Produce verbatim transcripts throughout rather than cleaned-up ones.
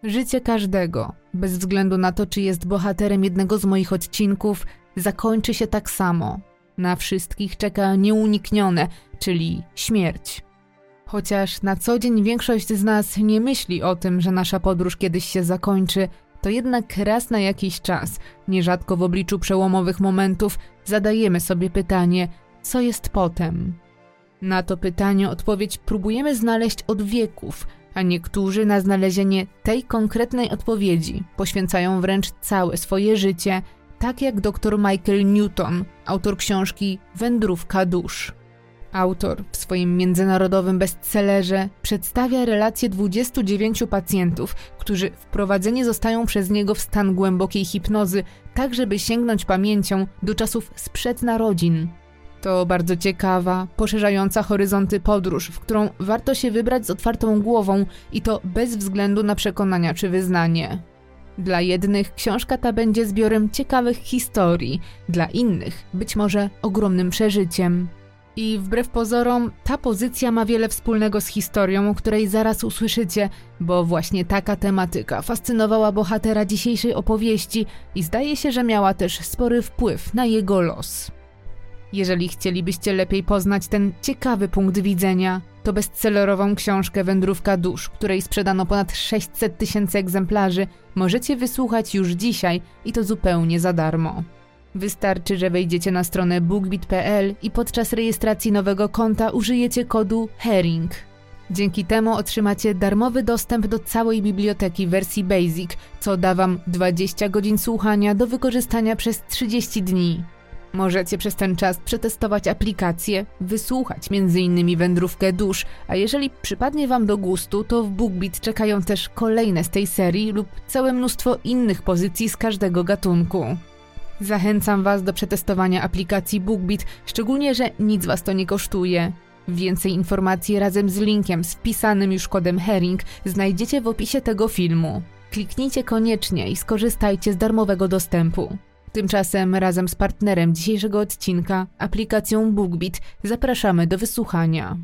Życie każdego, bez względu na to, czy jest bohaterem jednego z moich odcinków, zakończy się tak samo. Na wszystkich czeka nieuniknione, czyli śmierć. Chociaż na co dzień większość z nas nie myśli o tym, że nasza podróż kiedyś się zakończy, to jednak raz na jakiś czas, nierzadko w obliczu przełomowych momentów, zadajemy sobie pytanie, co jest potem? Na to pytanie odpowiedź próbujemy znaleźć od wieków, a niektórzy na znalezienie tej konkretnej odpowiedzi poświęcają wręcz całe swoje życie, tak jak dr Michael Newton, autor książki Wędrówka dusz. Autor w swoim międzynarodowym bestsellerze przedstawia relacje dwudziestu dziewięciu pacjentów, którzy wprowadzeni zostają przez niego w stan głębokiej hipnozy, tak żeby sięgnąć pamięcią do czasów sprzed narodzin. To bardzo ciekawa, poszerzająca horyzonty podróż, w którą warto się wybrać z otwartą głową i to bez względu na przekonania czy wyznanie. Dla jednych książka ta będzie zbiorem ciekawych historii, dla innych być może ogromnym przeżyciem. I wbrew pozorom ta pozycja ma wiele wspólnego z historią, o której zaraz usłyszycie, bo właśnie taka tematyka fascynowała bohatera dzisiejszej opowieści i zdaje się, że miała też spory wpływ na jego los. Jeżeli chcielibyście lepiej poznać ten ciekawy punkt widzenia, to bestsellerową książkę Wędrówka dusz, której sprzedano ponad sześćset tysięcy egzemplarzy, możecie wysłuchać już dzisiaj i to zupełnie za darmo. Wystarczy, że wejdziecie na stronę bookbeat kropka p l i podczas rejestracji nowego konta użyjecie kodu HERRING. Dzięki temu otrzymacie darmowy dostęp do całej biblioteki w wersji Basic, co da wam dwadzieścia godzin słuchania do wykorzystania przez trzydzieści dni. Możecie przez ten czas przetestować aplikację, wysłuchać między innymi Wędrówkę dusz, a jeżeli przypadnie wam do gustu, to w BookBeat czekają też kolejne z tej serii lub całe mnóstwo innych pozycji z każdego gatunku. Zachęcam was do przetestowania aplikacji BookBeat, szczególnie, że nic was to nie kosztuje. Więcej informacji razem z linkiem z wpisanym już kodem HERRING znajdziecie w opisie tego filmu. Kliknijcie koniecznie i skorzystajcie z darmowego dostępu. Tymczasem razem z partnerem dzisiejszego odcinka, aplikacją BookBeat, zapraszamy do wysłuchania.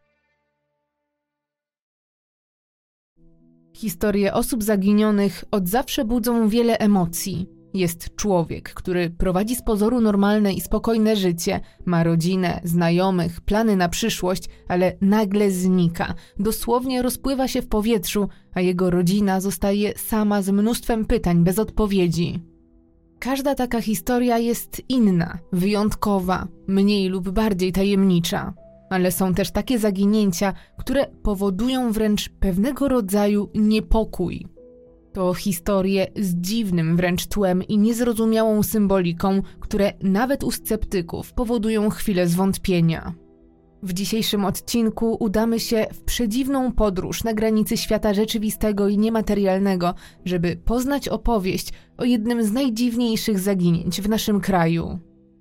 Historie osób zaginionych od zawsze budzą wiele emocji. Jest człowiek, który prowadzi z pozoru normalne i spokojne życie, ma rodzinę, znajomych, plany na przyszłość, ale nagle znika, dosłownie rozpływa się w powietrzu, a jego rodzina zostaje sama z mnóstwem pytań bez odpowiedzi. Każda taka historia jest inna, wyjątkowa, mniej lub bardziej tajemnicza, ale są też takie zaginięcia, które powodują wręcz pewnego rodzaju niepokój. To historie z dziwnym wręcz tłem i niezrozumiałą symboliką, które nawet u sceptyków powodują chwilę zwątpienia. W dzisiejszym odcinku udamy się w przedziwną podróż na granicy świata rzeczywistego i niematerialnego, żeby poznać opowieść o jednym z najdziwniejszych zaginięć w naszym kraju.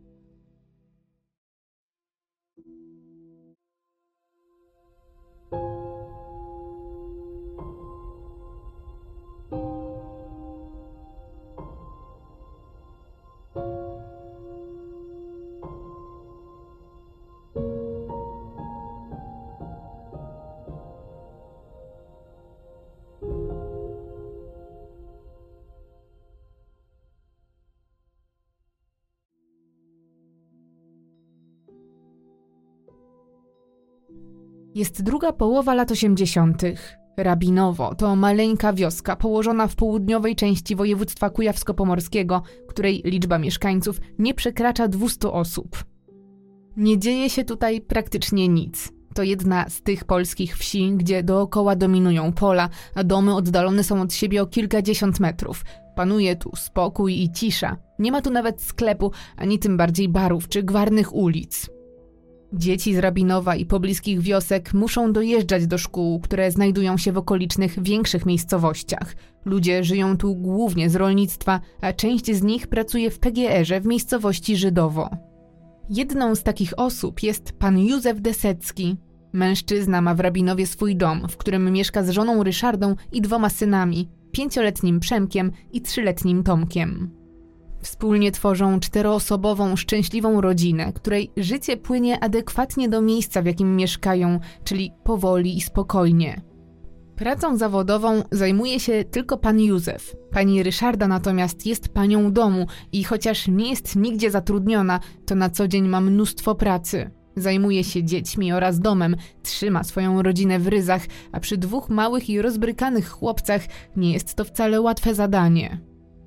Jest druga połowa lat osiemdziesiątych. Rabinowo to maleńka wioska położona w południowej części województwa kujawsko-pomorskiego, której liczba mieszkańców nie przekracza dwustu osób. Nie dzieje się tutaj praktycznie nic. To jedna z tych polskich wsi, gdzie dookoła dominują pola, a domy oddalone są od siebie o kilkadziesiąt metrów. Panuje tu spokój i cisza. Nie ma tu nawet sklepu, ani tym bardziej barów czy gwarnych ulic. Dzieci z Rabinowa i pobliskich wiosek muszą dojeżdżać do szkół, które znajdują się w okolicznych większych miejscowościach. Ludzie żyją tu głównie z rolnictwa, a część z nich pracuje w P G R-ze w miejscowości Żydowo. Jedną z takich osób jest pan Józef Desecki. Mężczyzna ma w Rabinowie swój dom, w którym mieszka z żoną Ryszardą i dwoma synami, pięcioletnim Przemkiem i trzyletnim Tomkiem. Wspólnie tworzą czteroosobową, szczęśliwą rodzinę, której życie płynie adekwatnie do miejsca, w jakim mieszkają, czyli powoli i spokojnie. Pracą zawodową zajmuje się tylko pan Józef. Pani Ryszarda natomiast jest panią domu i chociaż nie jest nigdzie zatrudniona, to na co dzień ma mnóstwo pracy. Zajmuje się dziećmi oraz domem, trzyma swoją rodzinę w ryzach, a przy dwóch małych i rozbrykanych chłopcach nie jest to wcale łatwe zadanie.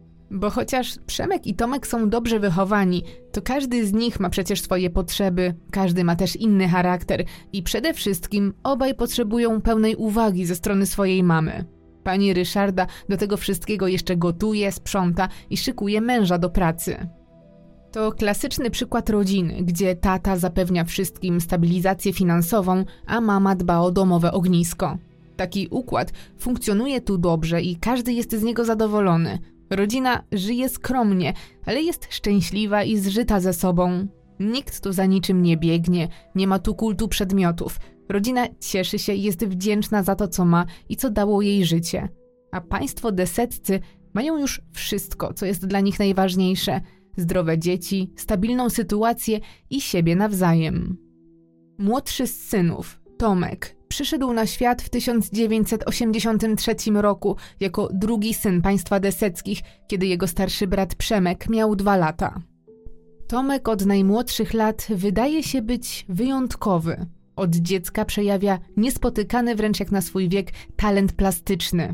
Bo chociaż Przemek i Tomek są dobrze wychowani, to każdy z nich ma przecież swoje potrzeby, każdy ma też inny charakter i przede wszystkim obaj potrzebują pełnej uwagi ze strony swojej mamy. Pani Ryszarda do tego wszystkiego jeszcze gotuje, sprząta i szykuje męża do pracy. To klasyczny przykład rodziny, gdzie tata zapewnia wszystkim stabilizację finansową, a mama dba o domowe ognisko. Taki układ funkcjonuje tu dobrze i każdy jest z niego zadowolony. Rodzina żyje skromnie, ale jest szczęśliwa i zżyta ze sobą. Nikt tu za niczym nie biegnie, nie ma tu kultu przedmiotów. Rodzina cieszy się i jest wdzięczna za to, co ma i co dało jej życie. A państwo deseccy mają już wszystko, co jest dla nich najważniejsze. Zdrowe dzieci, stabilną sytuację i siebie nawzajem. Młodszy z synów, Tomek, przyszedł na świat w tysiąc dziewięćset osiemdziesiątym trzecim roku jako drugi syn państwa deseckich, kiedy jego starszy brat Przemek miał dwa lata. Tomek od najmłodszych lat wydaje się być wyjątkowy. Od dziecka przejawia niespotykany wręcz jak na swój wiek talent plastyczny.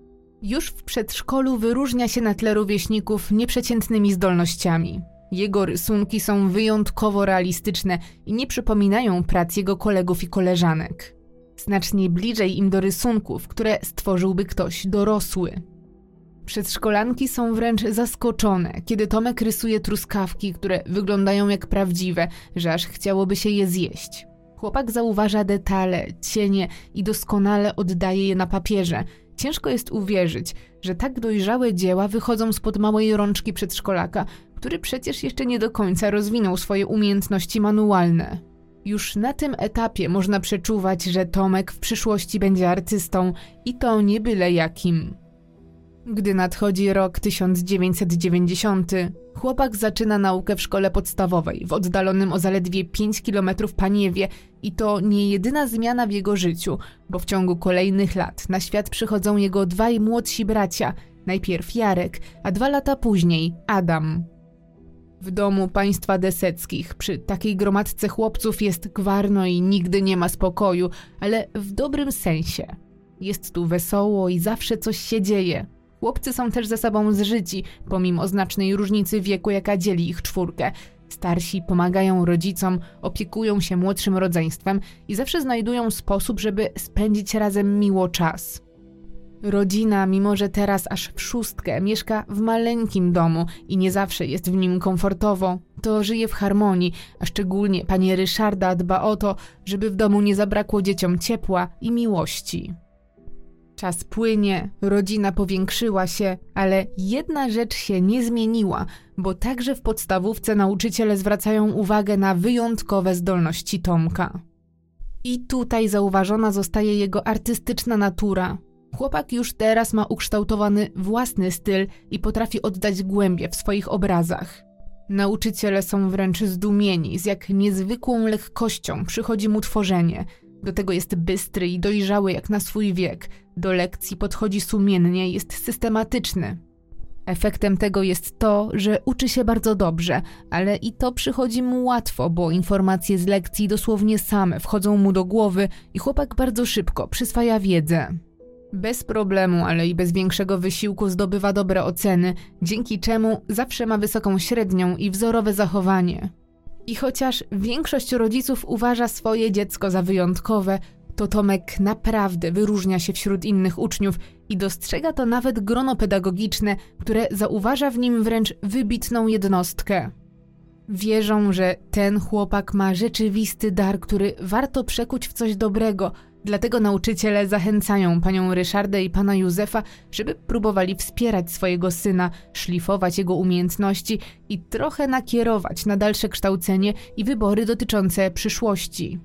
Już w przedszkolu wyróżnia się na tle rówieśników nieprzeciętnymi zdolnościami. Jego rysunki są wyjątkowo realistyczne i nie przypominają prac jego kolegów i koleżanek. Znacznie bliżej im do rysunków, które stworzyłby ktoś dorosły. Przedszkolanki są wręcz zaskoczone, kiedy Tomek rysuje truskawki, które wyglądają jak prawdziwe, że aż chciałoby się je zjeść. Chłopak zauważa detale, cienie i doskonale oddaje je na papierze. Ciężko jest uwierzyć, że tak dojrzałe dzieła wychodzą spod małej rączki przedszkolaka, który przecież jeszcze nie do końca rozwinął swoje umiejętności manualne. Już na tym etapie można przeczuwać, że Tomek w przyszłości będzie artystą i to nie byle jakim. Gdy nadchodzi rok tysiąc dziewięćset dziewięćdziesiąty, chłopak zaczyna naukę w szkole podstawowej w oddalonym o zaledwie pięć kilometrów Paniewie i to nie jedyna zmiana w jego życiu, bo w ciągu kolejnych lat na świat przychodzą jego dwaj młodsi bracia, najpierw Jarek, a dwa lata później Adam. W domu państwa deseckich przy takiej gromadce chłopców jest gwarno i nigdy nie ma spokoju, ale w dobrym sensie. Jest tu wesoło i zawsze coś się dzieje. Chłopcy są też ze sobą zżyci, pomimo znacznej różnicy wieku, jaka dzieli ich czwórkę. Starsi pomagają rodzicom, opiekują się młodszym rodzeństwem i zawsze znajdują sposób, żeby spędzić razem miło czas. Rodzina, mimo że teraz aż w szóstkę, mieszka w maleńkim domu i nie zawsze jest w nim komfortowo, to żyje w harmonii, a szczególnie pani Ryszarda dba o to, żeby w domu nie zabrakło dzieciom ciepła i miłości. Czas płynie, rodzina powiększyła się, ale jedna rzecz się nie zmieniła, bo także w podstawówce nauczyciele zwracają uwagę na wyjątkowe zdolności Tomka. I tutaj zauważona zostaje jego artystyczna natura. Chłopak już teraz ma ukształtowany własny styl i potrafi oddać głębię w swoich obrazach. Nauczyciele są wręcz zdumieni, z jak niezwykłą lekkością przychodzi mu tworzenie. Do tego jest bystry i dojrzały jak na swój wiek. Do lekcji podchodzi sumiennie, jest systematyczny. Efektem tego jest to, że uczy się bardzo dobrze, ale i to przychodzi mu łatwo, bo informacje z lekcji dosłownie same wchodzą mu do głowy i chłopak bardzo szybko przyswaja wiedzę. Bez problemu, ale i bez większego wysiłku zdobywa dobre oceny, dzięki czemu zawsze ma wysoką średnią i wzorowe zachowanie. I chociaż większość rodziców uważa swoje dziecko za wyjątkowe, to Tomek naprawdę wyróżnia się wśród innych uczniów i dostrzega to nawet grono pedagogiczne, które zauważa w nim wręcz wybitną jednostkę. Wierzą, że ten chłopak ma rzeczywisty dar, który warto przekuć w coś dobrego, dlatego nauczyciele zachęcają panią Ryszardę i pana Józefa, żeby próbowali wspierać swojego syna, szlifować jego umiejętności i trochę nakierować na dalsze kształcenie i wybory dotyczące przyszłości.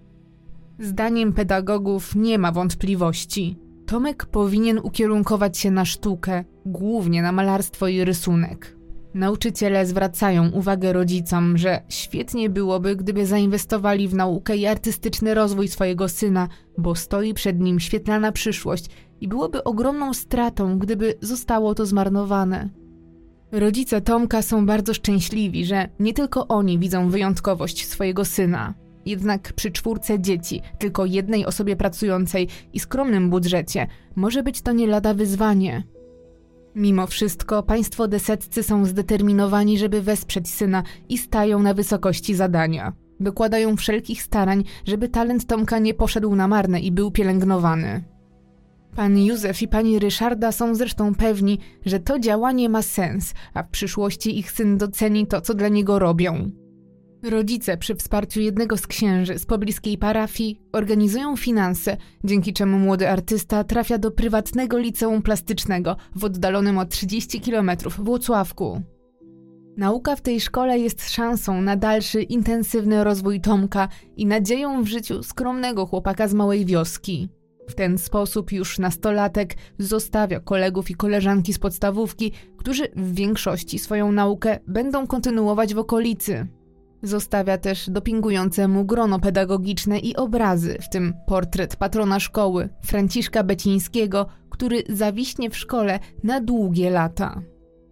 Zdaniem pedagogów nie ma wątpliwości. Tomek powinien ukierunkować się na sztukę, głównie na malarstwo i rysunek. Nauczyciele zwracają uwagę rodzicom, że świetnie byłoby, gdyby zainwestowali w naukę i artystyczny rozwój swojego syna, bo stoi przed nim świetlana przyszłość i byłoby ogromną stratą, gdyby zostało to zmarnowane. Rodzice Tomka są bardzo szczęśliwi, że nie tylko oni widzą wyjątkowość swojego syna. Jednak przy czwórce dzieci, tylko jednej osobie pracującej i skromnym budżecie, może być to nie lada wyzwanie. Mimo wszystko państwo deseccy są zdeterminowani, żeby wesprzeć syna i stają na wysokości zadania. Dokładają wszelkich starań, żeby talent Tomka nie poszedł na marne i był pielęgnowany. Pan Józef i pani Ryszarda są zresztą pewni, że to działanie ma sens, a w przyszłości ich syn doceni to, co dla niego robią. Rodzice przy wsparciu jednego z księży z pobliskiej parafii organizują finanse, dzięki czemu młody artysta trafia do prywatnego liceum plastycznego w oddalonym o trzydzieści kilometrów Włocławku. Nauka w tej szkole jest szansą na dalszy, intensywny rozwój Tomka i nadzieją w życiu skromnego chłopaka z małej wioski. W ten sposób już nastolatek zostawia kolegów i koleżanki z podstawówki, którzy w większości swoją naukę będą kontynuować w okolicy. Zostawia też dopingujące mu grono pedagogiczne i obrazy, w tym portret patrona szkoły, Franciszka Becińskiego, który zawiśnie w szkole na długie lata.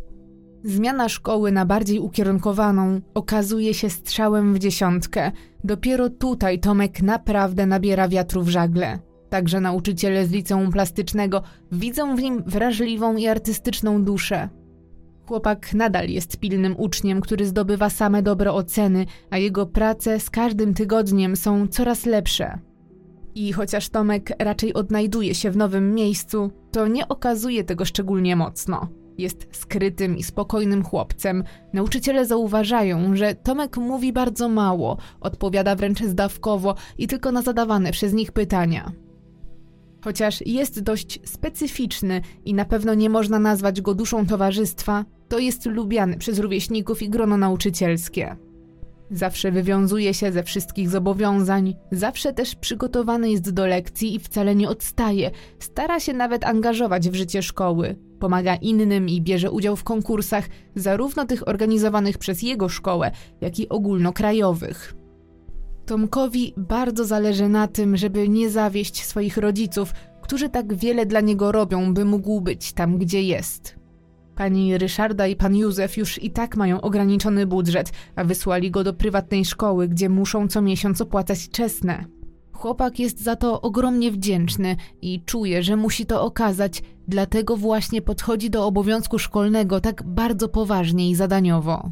Zmiana szkoły na bardziej ukierunkowaną okazuje się strzałem w dziesiątkę. Dopiero tutaj Tomek naprawdę nabiera wiatru w żagle. Także nauczyciele z liceum plastycznego widzą w nim wrażliwą i artystyczną duszę. Chłopak nadal jest pilnym uczniem, który zdobywa same dobre oceny, a jego prace z każdym tygodniem są coraz lepsze. I chociaż Tomek raczej odnajduje się w nowym miejscu, to nie okazuje tego szczególnie mocno. Jest skrytym i spokojnym chłopcem. Nauczyciele zauważają, że Tomek mówi bardzo mało, odpowiada wręcz zdawkowo i tylko na zadawane przez nich pytania. Chociaż jest dość specyficzny i na pewno nie można nazwać go duszą towarzystwa, to jest lubiany przez rówieśników i grono nauczycielskie. Zawsze wywiązuje się ze wszystkich zobowiązań, zawsze też przygotowany jest do lekcji i wcale nie odstaje, stara się nawet angażować w życie szkoły, pomaga innym i bierze udział w konkursach, zarówno tych organizowanych przez jego szkołę, jak i ogólnokrajowych. Tomkowi bardzo zależy na tym, żeby nie zawieść swoich rodziców, którzy tak wiele dla niego robią, by mógł być tam, gdzie jest. Pani Ryszarda i pan Józef już i tak mają ograniczony budżet, a wysłali go do prywatnej szkoły, gdzie muszą co miesiąc opłacać czesne. Chłopak jest za to ogromnie wdzięczny i czuje, że musi to okazać, dlatego właśnie podchodzi do obowiązku szkolnego tak bardzo poważnie i zadaniowo.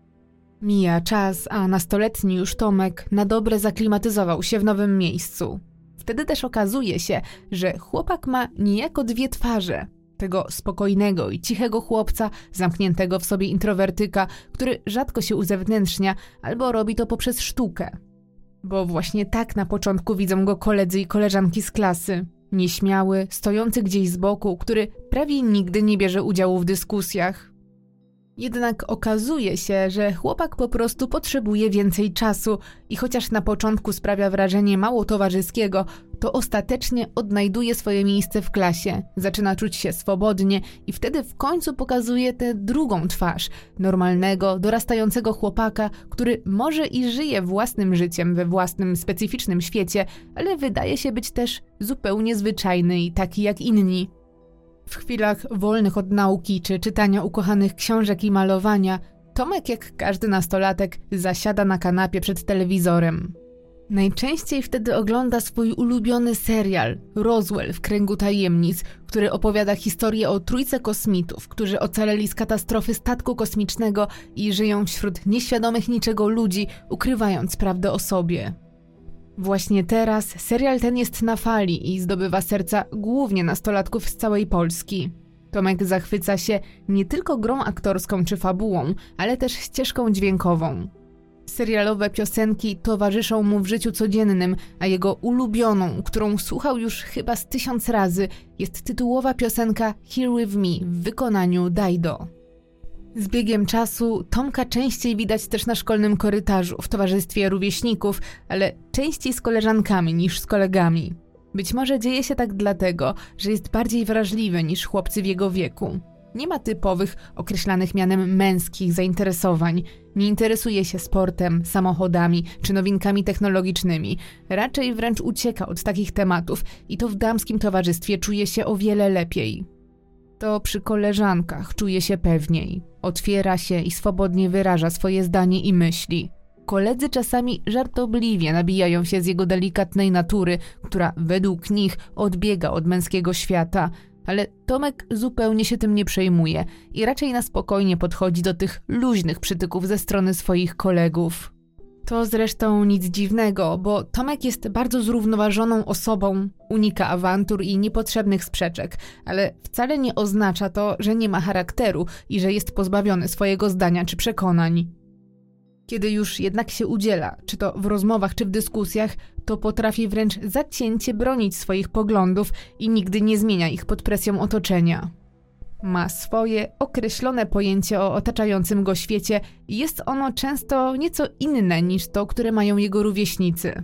Mija czas, a nastoletni już Tomek na dobre zaklimatyzował się w nowym miejscu. Wtedy też okazuje się, że chłopak ma niejako dwie twarze. Tego spokojnego i cichego chłopca, zamkniętego w sobie introwertyka, który rzadko się uzewnętrznia albo robi to poprzez sztukę. Bo właśnie tak na początku widzą go koledzy i koleżanki z klasy. Nieśmiały, stojący gdzieś z boku, który prawie nigdy nie bierze udziału w dyskusjach. Jednak okazuje się, że chłopak po prostu potrzebuje więcej czasu i chociaż na początku sprawia wrażenie mało towarzyskiego, to ostatecznie odnajduje swoje miejsce w klasie, zaczyna czuć się swobodnie i wtedy w końcu pokazuje tę drugą twarz, normalnego, dorastającego chłopaka, który może i żyje własnym życiem we własnym specyficznym świecie, ale wydaje się być też zupełnie zwyczajny i taki jak inni. W chwilach wolnych od nauki czy czytania ukochanych książek i malowania, Tomek jak każdy nastolatek zasiada na kanapie przed telewizorem. Najczęściej wtedy ogląda swój ulubiony serial Roswell w kręgu tajemnic, który opowiada historię o trójce kosmitów, którzy ocaleli z katastrofy statku kosmicznego i żyją wśród nieświadomych niczego ludzi, ukrywając prawdę o sobie. Właśnie teraz serial ten jest na fali i zdobywa serca głównie nastolatków z całej Polski. Tomek zachwyca się nie tylko grą aktorską czy fabułą, ale też ścieżką dźwiękową. Serialowe piosenki towarzyszą mu w życiu codziennym, a jego ulubioną, którą słuchał już chyba z tysiąc razy, jest tytułowa piosenka Here With Me w wykonaniu Dido. Z biegiem czasu Tomka częściej widać też na szkolnym korytarzu w towarzystwie rówieśników, ale częściej z koleżankami niż z kolegami. Być może dzieje się tak dlatego, że jest bardziej wrażliwy niż chłopcy w jego wieku. Nie ma typowych, określanych mianem męskich zainteresowań. Nie interesuje się sportem, samochodami czy nowinkami technologicznymi. Raczej wręcz ucieka od takich tematów i to w damskim towarzystwie czuje się o wiele lepiej. To przy koleżankach czuje się pewniej. Otwiera się i swobodnie wyraża swoje zdanie i myśli. Koledzy czasami żartobliwie nabijają się z jego delikatnej natury, która według nich odbiega od męskiego świata, ale Tomek zupełnie się tym nie przejmuje i raczej na spokojnie podchodzi do tych luźnych przytyków ze strony swoich kolegów. To zresztą nic dziwnego, bo Tomek jest bardzo zrównoważoną osobą, unika awantur i niepotrzebnych sprzeczek, ale wcale nie oznacza to, że nie ma charakteru i że jest pozbawiony swojego zdania czy przekonań. Kiedy już jednak się udziela, czy to w rozmowach, czy w dyskusjach, to potrafi wręcz zacięcie bronić swoich poglądów i nigdy nie zmienia ich pod presją otoczenia. Ma swoje określone pojęcie o otaczającym go świecie i jest ono często nieco inne niż to, które mają jego rówieśnicy.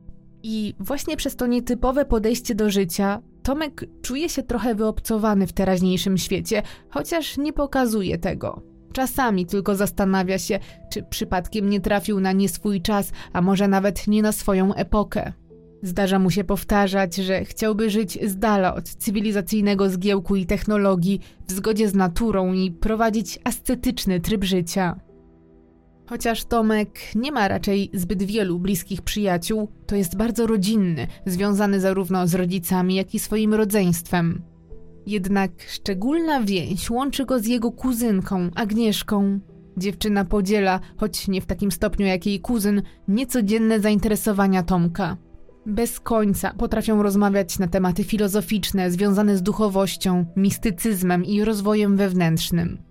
I właśnie przez to nietypowe podejście do życia Tomek czuje się trochę wyobcowany w teraźniejszym świecie, chociaż nie pokazuje tego. Czasami tylko zastanawia się, czy przypadkiem nie trafił na nie swój czas, a może nawet nie na swoją epokę. Zdarza mu się powtarzać, że chciałby żyć z dala od cywilizacyjnego zgiełku i technologii, w zgodzie z naturą i prowadzić ascetyczny tryb życia. Chociaż Tomek nie ma raczej zbyt wielu bliskich przyjaciół, to jest bardzo rodzinny, związany zarówno z rodzicami, jak i swoim rodzeństwem. Jednak szczególna więź łączy go z jego kuzynką, Agnieszką. Dziewczyna podziela, choć nie w takim stopniu jak jej kuzyn, niecodzienne zainteresowania Tomka. Bez końca potrafią rozmawiać na tematy filozoficzne związane z duchowością, mistycyzmem i rozwojem wewnętrznym.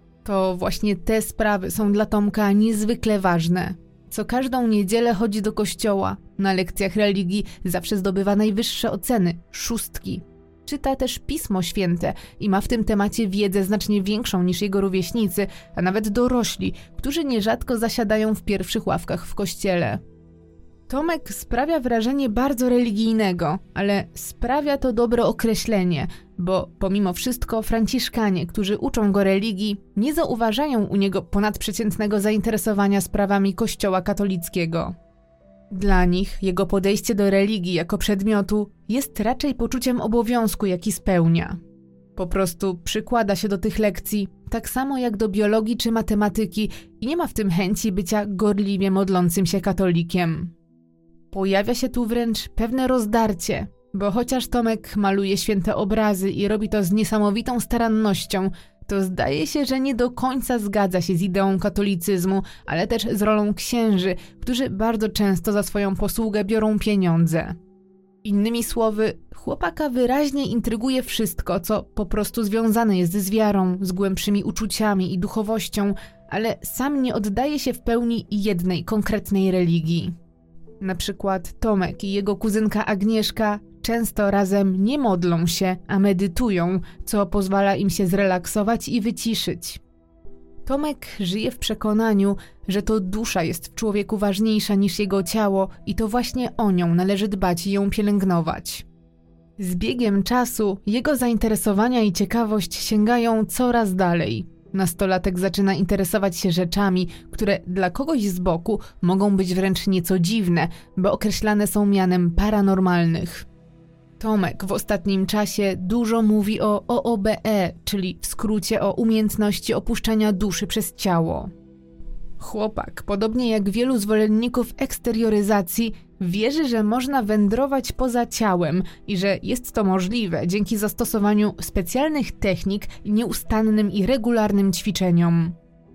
To właśnie te sprawy są dla Tomka niezwykle ważne. Co każdą niedzielę chodzi do kościoła, na lekcjach religii zawsze zdobywa najwyższe oceny, szóstki. Czyta też Pismo Święte i ma w tym temacie wiedzę znacznie większą niż jego rówieśnicy, a nawet dorośli, którzy nierzadko zasiadają w pierwszych ławkach w kościele. Tomek sprawia wrażenie bardzo religijnego, ale sprawia to dobre określenie, bo pomimo wszystko franciszkanie, którzy uczą go religii, nie zauważają u niego ponadprzeciętnego zainteresowania sprawami Kościoła katolickiego. Dla nich jego podejście do religii jako przedmiotu jest raczej poczuciem obowiązku, jaki spełnia. Po prostu przykłada się do tych lekcji, tak samo jak do biologii czy matematyki i nie ma w tym chęci bycia gorliwie modlącym się katolikiem. Pojawia się tu wręcz pewne rozdarcie, bo chociaż Tomek maluje święte obrazy i robi to z niesamowitą starannością, to zdaje się, że nie do końca zgadza się z ideą katolicyzmu, ale też z rolą księży, którzy bardzo często za swoją posługę biorą pieniądze. Innymi słowy, chłopaka wyraźnie intryguje wszystko, co po prostu związane jest z wiarą, z głębszymi uczuciami i duchowością, ale sam nie oddaje się w pełni jednej konkretnej religii. Na przykład Tomek i jego kuzynka Agnieszka często razem nie modlą się, a medytują, co pozwala im się zrelaksować i wyciszyć. Tomek żyje w przekonaniu, że to dusza jest w człowieku ważniejsza niż jego ciało i to właśnie o nią należy dbać i ją pielęgnować. Z biegiem czasu jego zainteresowania i ciekawość sięgają coraz dalej. Nastolatek zaczyna interesować się rzeczami, które dla kogoś z boku mogą być wręcz nieco dziwne, bo określane są mianem paranormalnych. Tomek w ostatnim czasie dużo mówi o O O B E, czyli w skrócie o umiejętności opuszczania duszy przez ciało. Chłopak, podobnie jak wielu zwolenników eksterioryzacji, wierzy, że można wędrować poza ciałem i że jest to możliwe dzięki zastosowaniu specjalnych technik i nieustannym i regularnym ćwiczeniom.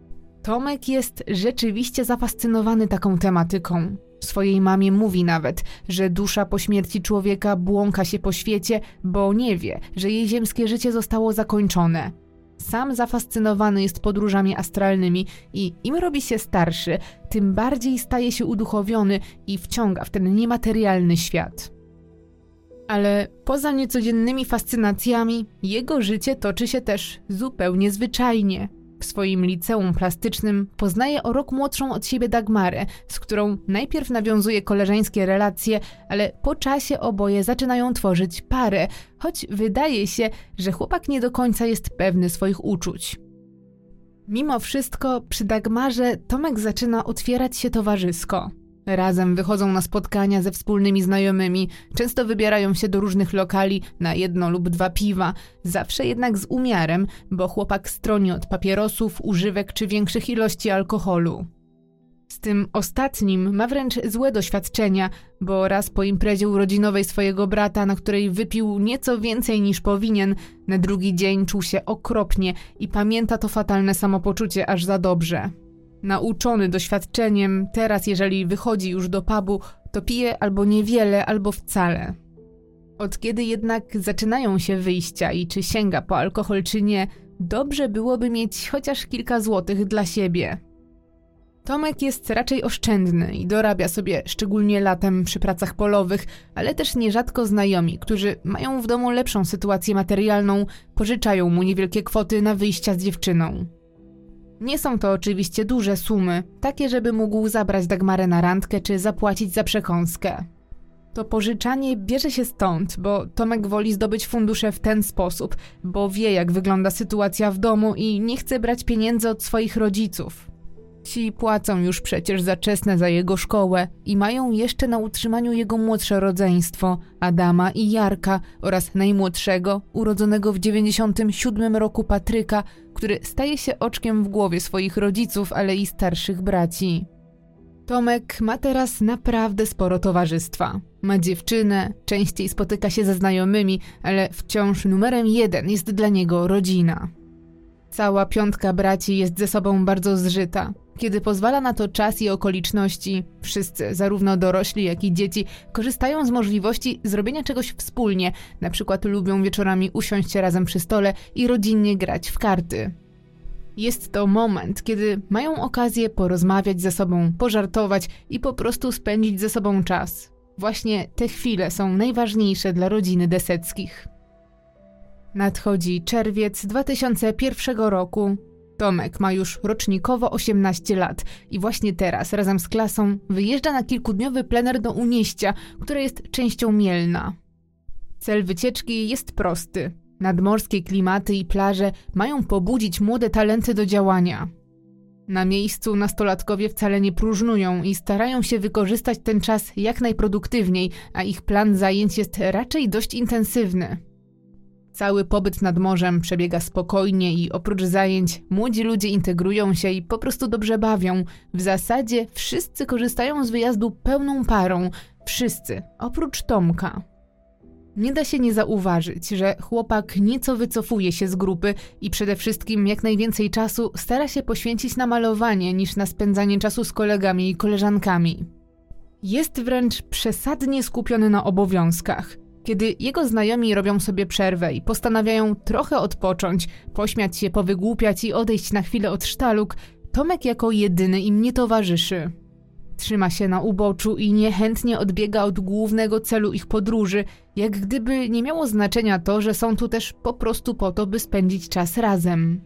Tomek jest rzeczywiście zafascynowany taką tematyką. Swojej mamie mówi nawet, że dusza po śmierci człowieka błąka się po świecie, bo nie wie, że jej ziemskie życie zostało zakończone. Sam zafascynowany jest podróżami astralnymi i im robi się starszy, tym bardziej staje się uduchowiony i wciąga w ten niematerialny świat. Ale poza niecodziennymi fascynacjami, jego życie toczy się też zupełnie zwyczajnie. W swoim liceum plastycznym poznaje o rok młodszą od siebie Dagmarę, z którą najpierw nawiązuje koleżeńskie relacje, ale po czasie oboje zaczynają tworzyć parę, choć wydaje się, że chłopak nie do końca jest pewny swoich uczuć. Mimo wszystko przy Dagmarze Tomek zaczyna otwierać się towarzysko. Razem wychodzą na spotkania ze wspólnymi znajomymi, często wybierają się do różnych lokali na jedno lub dwa piwa, zawsze jednak z umiarem, bo chłopak stroni od papierosów, używek czy większych ilości alkoholu. Z tym ostatnim ma wręcz złe doświadczenia, bo raz po imprezie urodzinowej swojego brata, na której wypił nieco więcej niż powinien, na drugi dzień czuł się okropnie i pamięta to fatalne samopoczucie aż za dobrze. Nauczony doświadczeniem, teraz jeżeli wychodzi już do pubu, to pije albo niewiele, albo wcale. Od kiedy jednak zaczynają się wyjścia i czy sięga po alkohol czy nie, dobrze byłoby mieć chociaż kilka złotych dla siebie. Tomek jest raczej oszczędny i dorabia sobie szczególnie latem przy pracach polowych, ale też nierzadko znajomi, którzy mają w domu lepszą sytuację materialną, pożyczają mu niewielkie kwoty na wyjścia z dziewczyną. Nie są to oczywiście duże sumy, takie żeby mógł zabrać Dagmarę na randkę czy zapłacić za przekąskę. To pożyczanie bierze się stąd, bo Tomek woli zdobyć fundusze w ten sposób, bo wie jak wygląda sytuacja w domu i nie chce brać pieniędzy od swoich rodziców. Ci płacą już przecież za czesne za jego szkołę i mają jeszcze na utrzymaniu jego młodsze rodzeństwo, Adama i Jarka oraz najmłodszego, urodzonego w dziewięćdziesiątym siódmym roku Patryka, który staje się oczkiem w głowie swoich rodziców, ale i starszych braci. Tomek ma teraz naprawdę sporo towarzystwa. Ma dziewczynę, częściej spotyka się ze znajomymi, ale wciąż numerem jeden jest dla niego rodzina. Cała piątka braci jest ze sobą bardzo zżyta. Kiedy pozwala na to czas i okoliczności, wszyscy, zarówno dorośli, jak i dzieci, korzystają z możliwości zrobienia czegoś wspólnie, na przykład lubią wieczorami usiąść razem przy stole i rodzinnie grać w karty. Jest to moment, kiedy mają okazję porozmawiać ze sobą, pożartować i po prostu spędzić ze sobą czas. Właśnie te chwile są najważniejsze dla rodziny Deseckich. Nadchodzi czerwiec dwa tysiące pierwszego roku. Tomek ma już rocznikowo osiemnaście lat i właśnie teraz razem z klasą wyjeżdża na kilkudniowy plener do Unieścia, które jest częścią Mielna. Cel wycieczki jest prosty. Nadmorskie klimaty i plaże mają pobudzić młode talenty do działania. Na miejscu nastolatkowie wcale nie próżnują i starają się wykorzystać ten czas jak najproduktywniej, a ich plan zajęć jest raczej dość intensywny. Cały pobyt nad morzem przebiega spokojnie i oprócz zajęć młodzi ludzie integrują się i po prostu dobrze bawią. W zasadzie wszyscy korzystają z wyjazdu pełną parą. Wszyscy, oprócz Tomka. Nie da się nie zauważyć, że chłopak nieco wycofuje się z grupy i przede wszystkim jak najwięcej czasu stara się poświęcić na malowanie niż na spędzanie czasu z kolegami i koleżankami. Jest wręcz przesadnie skupiony na obowiązkach. Kiedy jego znajomi robią sobie przerwę i postanawiają trochę odpocząć, pośmiać się, powygłupiać i odejść na chwilę od sztaluk, Tomek jako jedyny im nie towarzyszy. Trzyma się na uboczu i niechętnie odbiega od głównego celu ich podróży, jak gdyby nie miało znaczenia to, że są tu też po prostu po to, by spędzić czas razem.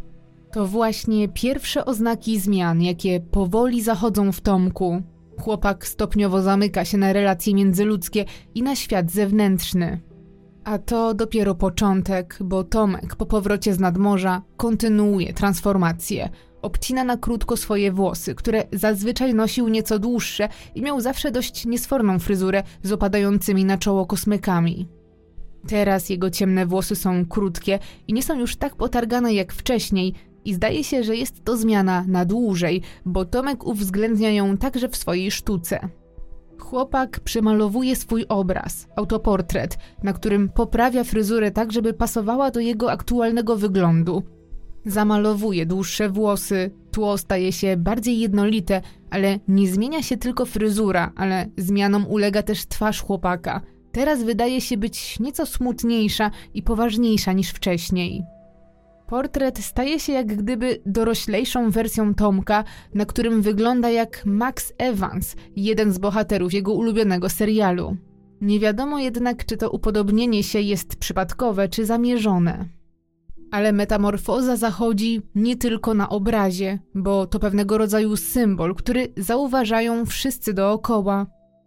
To właśnie pierwsze oznaki zmian, jakie powoli zachodzą w Tomku. Chłopak stopniowo zamyka się na relacje międzyludzkie i na świat zewnętrzny. A to dopiero początek, bo Tomek po powrocie z nadmorza kontynuuje transformację. Obcina na krótko swoje włosy, które zazwyczaj nosił nieco dłuższe i miał zawsze dość niesforną fryzurę z opadającymi na czoło kosmykami. Teraz jego ciemne włosy są krótkie i nie są już tak potargane jak wcześniej i zdaje się, że jest to zmiana na dłużej, bo Tomek uwzględnia ją także w swojej sztuce. Chłopak przemalowuje swój obraz, autoportret, na którym poprawia fryzurę tak, żeby pasowała do jego aktualnego wyglądu. Zamalowuje dłuższe włosy, tło staje się bardziej jednolite, ale nie zmienia się tylko fryzura, ale zmianom ulega też twarz chłopaka. Teraz wydaje się być nieco smutniejsza i poważniejsza niż wcześniej. Portret staje się jak gdyby doroślejszą wersją Tomka, na którym wygląda jak Max Evans, jeden z bohaterów jego ulubionego serialu. Nie wiadomo jednak, czy to upodobnienie się jest przypadkowe, czy zamierzone. Ale metamorfoza zachodzi nie tylko na obrazie, bo to pewnego rodzaju symbol, który zauważają wszyscy dookoła.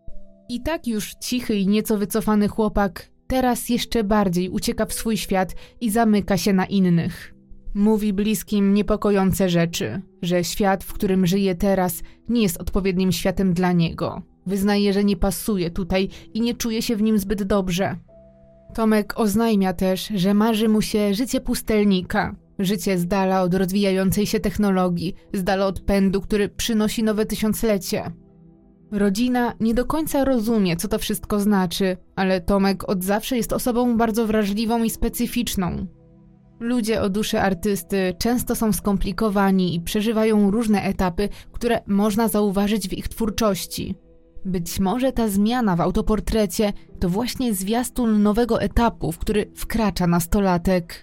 I tak już cichy i nieco wycofany chłopak teraz jeszcze bardziej ucieka w swój świat i zamyka się na innych. Mówi bliskim niepokojące rzeczy, że świat, w którym żyje teraz, nie jest odpowiednim światem dla niego. Wyznaje, że nie pasuje tutaj i nie czuje się w nim zbyt dobrze. Tomek oznajmia też, że marzy mu się życie pustelnika. Życie z dala od rozwijającej się technologii, z dala od pędu, który przynosi nowe tysiąclecie. Rodzina nie do końca rozumie, co to wszystko znaczy, ale Tomek od zawsze jest osobą bardzo wrażliwą i specyficzną. Ludzie o duszy artysty często są skomplikowani i przeżywają różne etapy, które można zauważyć w ich twórczości. Być może ta zmiana w autoportrecie to właśnie zwiastun nowego etapu, w który wkracza nastolatek.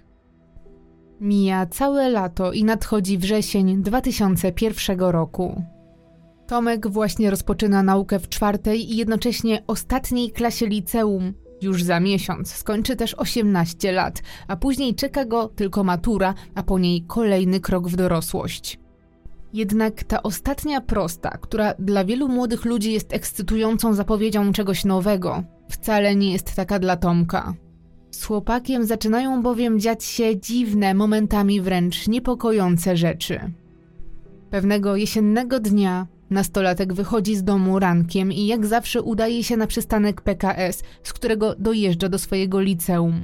Mija całe lato i nadchodzi wrzesień dwa tysiące pierwszego roku. Tomek właśnie rozpoczyna naukę w czwartej i jednocześnie ostatniej klasie liceum. Już za miesiąc skończy też osiemnaście lat, a później czeka go tylko matura, a po niej kolejny krok w dorosłość. Jednak ta ostatnia prosta, która dla wielu młodych ludzi jest ekscytującą zapowiedzią czegoś nowego, wcale nie jest taka dla Tomka. Z chłopakiem zaczynają bowiem dziać się dziwne, momentami wręcz niepokojące rzeczy. Pewnego jesiennego dnia nastolatek wychodzi z domu rankiem i jak zawsze udaje się na przystanek P K S, z którego dojeżdża do swojego liceum.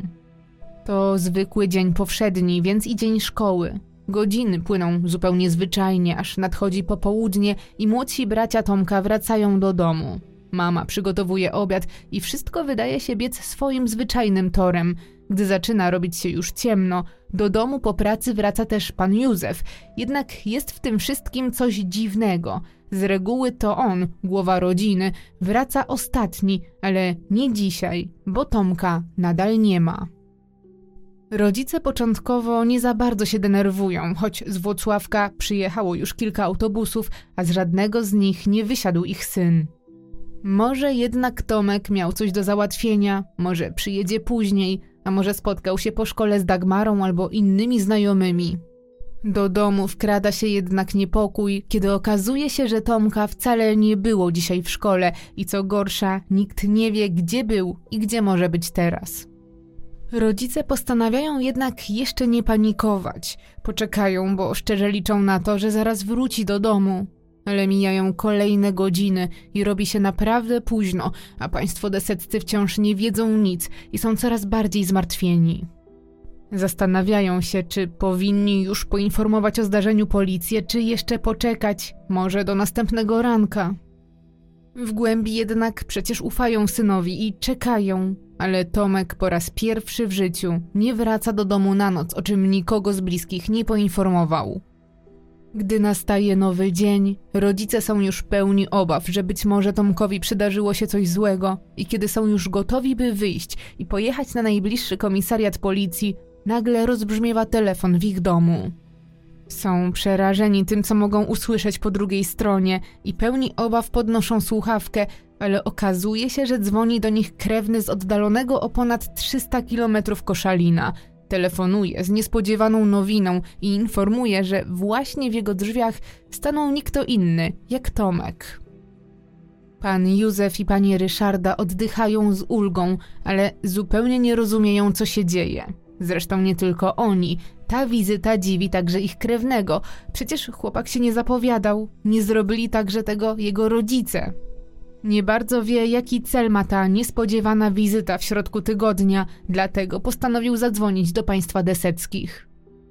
To zwykły dzień powszedni, więc i dzień szkoły. Godziny płyną zupełnie zwyczajnie, aż nadchodzi popołudnie i młodsi bracia Tomka wracają do domu. Mama przygotowuje obiad i wszystko wydaje się biec swoim zwyczajnym torem. Gdy zaczyna robić się już ciemno, do domu po pracy wraca też pan Józef. Jednak jest w tym wszystkim coś dziwnego. Z reguły to on, głowa rodziny, wraca ostatni, ale nie dzisiaj, bo Tomka nadal nie ma. Rodzice początkowo nie za bardzo się denerwują, choć z Włocławka przyjechało już kilka autobusów, a z żadnego z nich nie wysiadł ich syn. Może jednak Tomek miał coś do załatwienia, może przyjedzie później, a może spotkał się po szkole z Dagmarą albo innymi znajomymi. Do domu wkrada się jednak niepokój, kiedy okazuje się, że Tomka wcale nie było dzisiaj w szkole i co gorsza, nikt nie wie, gdzie był i gdzie może być teraz. Rodzice postanawiają jednak jeszcze nie panikować. Poczekają, bo szczerze liczą na to, że zaraz wróci do domu. Ale mijają kolejne godziny i robi się naprawdę późno, a państwo deseccy wciąż nie wiedzą nic i są coraz bardziej zmartwieni. Zastanawiają się, czy powinni już poinformować o zdarzeniu policję, czy jeszcze poczekać, może do następnego ranka. W głębi jednak przecież ufają synowi i czekają, ale Tomek po raz pierwszy w życiu nie wraca do domu na noc, o czym nikogo z bliskich nie poinformował. Gdy nastaje nowy dzień, rodzice są już pełni obaw, że być może Tomkowi przydarzyło się coś złego i kiedy są już gotowi, by wyjść i pojechać na najbliższy komisariat policji, nagle rozbrzmiewa telefon w ich domu. Są przerażeni tym, co mogą usłyszeć po drugiej stronie i pełni obaw podnoszą słuchawkę, ale okazuje się, że dzwoni do nich krewny z oddalonego o ponad trzysta kilometrów Koszalina. Telefonuje z niespodziewaną nowiną i informuje, że właśnie w jego drzwiach stanął nikt kto inny, jak Tomek. Pan Józef i pani Ryszarda oddychają z ulgą, ale zupełnie nie rozumieją, co się dzieje. Zresztą nie tylko oni. Ta wizyta dziwi także ich krewnego. Przecież chłopak się nie zapowiadał. Nie zrobili także tego jego rodzice. Nie bardzo wie, jaki cel ma ta niespodziewana wizyta w środku tygodnia, dlatego postanowił zadzwonić do państwa deseckich.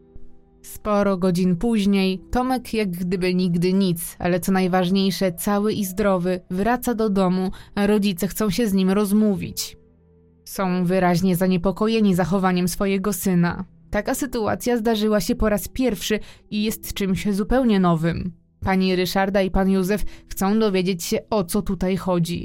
Sporo godzin później Tomek jak gdyby nigdy nic, ale co najważniejsze cały i zdrowy, wraca do domu, a rodzice chcą się z nim rozmówić. Są wyraźnie zaniepokojeni zachowaniem swojego syna. Taka sytuacja zdarzyła się po raz pierwszy i jest czymś zupełnie nowym. Pani Ryszarda i pan Józef chcą dowiedzieć się, o co tutaj chodzi.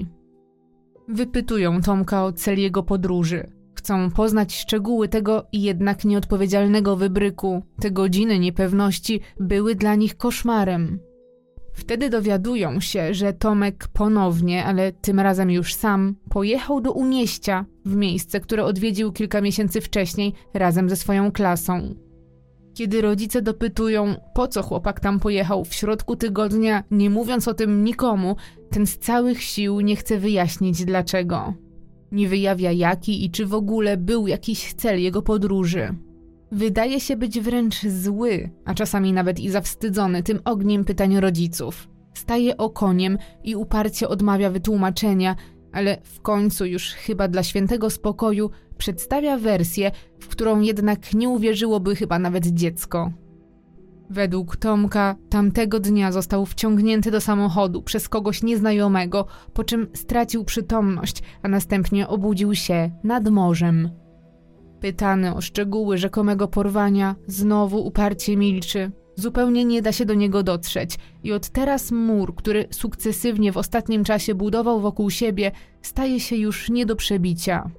Wypytują Tomka o cel jego podróży. Chcą poznać szczegóły tego jednak nieodpowiedzialnego wybryku. Te godziny niepewności były dla nich koszmarem. Wtedy dowiadują się, że Tomek ponownie, ale tym razem już sam, pojechał do Unieścia, w miejsce, które odwiedził kilka miesięcy wcześniej razem ze swoją klasą. Kiedy rodzice dopytują, po co chłopak tam pojechał w środku tygodnia, nie mówiąc o tym nikomu, ten z całych sił nie chce wyjaśnić dlaczego. Nie wyjawia jaki i czy w ogóle był jakiś cel jego podróży. Wydaje się być wręcz zły, a czasami nawet i zawstydzony tym ogniem pytań rodziców. Staje okoniem i uparcie odmawia wytłumaczenia, ale w końcu już chyba dla świętego spokoju przedstawia wersję, w którą jednak nie uwierzyłoby chyba nawet dziecko. Według Tomka tamtego dnia został wciągnięty do samochodu przez kogoś nieznajomego, po czym stracił przytomność, a następnie obudził się nad morzem. Pytany o szczegóły rzekomego porwania, znowu uparcie milczy. Zupełnie nie da się do niego dotrzeć i od teraz mur, który sukcesywnie w ostatnim czasie budował wokół siebie, staje się już nie do przebicia.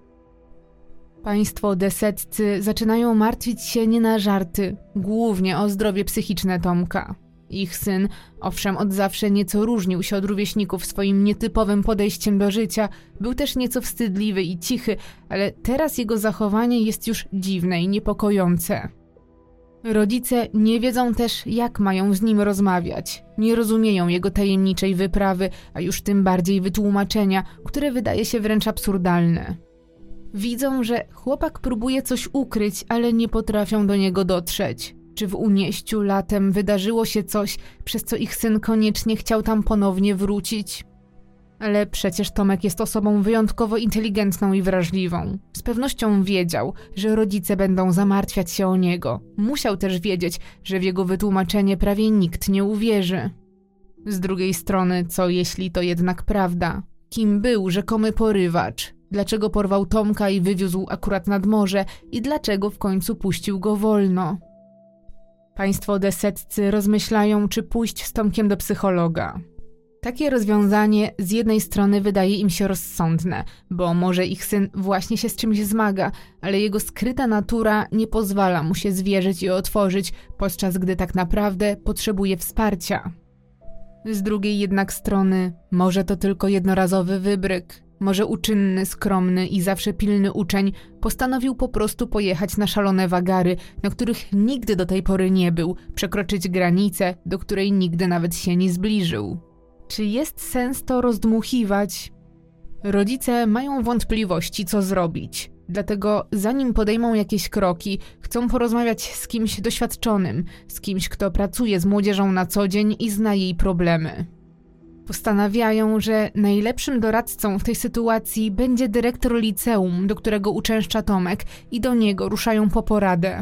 Państwo desetcy zaczynają martwić się nie na żarty, głównie o zdrowie psychiczne Tomka. Ich syn, owszem, od zawsze nieco różnił się od rówieśników swoim nietypowym podejściem do życia, był też nieco wstydliwy i cichy, ale teraz jego zachowanie jest już dziwne i niepokojące. Rodzice nie wiedzą też, jak mają z nim rozmawiać. Nie rozumieją jego tajemniczej wyprawy, a już tym bardziej wytłumaczenia, które wydaje się wręcz absurdalne. Widzą, że chłopak próbuje coś ukryć, ale nie potrafią do niego dotrzeć. Czy w Unieściu latem wydarzyło się coś, przez co ich syn koniecznie chciał tam ponownie wrócić? Ale przecież Tomek jest osobą wyjątkowo inteligentną i wrażliwą. Z pewnością wiedział, że rodzice będą zamartwiać się o niego. Musiał też wiedzieć, że w jego wytłumaczenie prawie nikt nie uwierzy. Z drugiej strony, co jeśli to jednak prawda? Kim był rzekomy porywacz? Dlaczego porwał Tomka i wywiózł akurat nad morze? I dlaczego w końcu puścił go wolno? Państwo desetcy rozmyślają, czy pójść z Tomkiem do psychologa. Takie rozwiązanie z jednej strony wydaje im się rozsądne, bo może ich syn właśnie się z czymś zmaga, ale jego skryta natura nie pozwala mu się zwierzyć i otworzyć, podczas gdy tak naprawdę potrzebuje wsparcia. Z drugiej jednak strony, może to tylko jednorazowy wybryk. Może uczynny, skromny i zawsze pilny uczeń postanowił po prostu pojechać na szalone wagary, na których nigdy do tej pory nie był, przekroczyć granicę, do której nigdy nawet się nie zbliżył. Czy jest sens to rozdmuchiwać? Rodzice mają wątpliwości, co zrobić. Dlatego zanim podejmą jakieś kroki, chcą porozmawiać z kimś doświadczonym, z kimś, kto pracuje z młodzieżą na co dzień i zna jej problemy. Postanawiają, że najlepszym doradcą w tej sytuacji będzie dyrektor liceum, do którego uczęszcza Tomek, i do niego ruszają po poradę.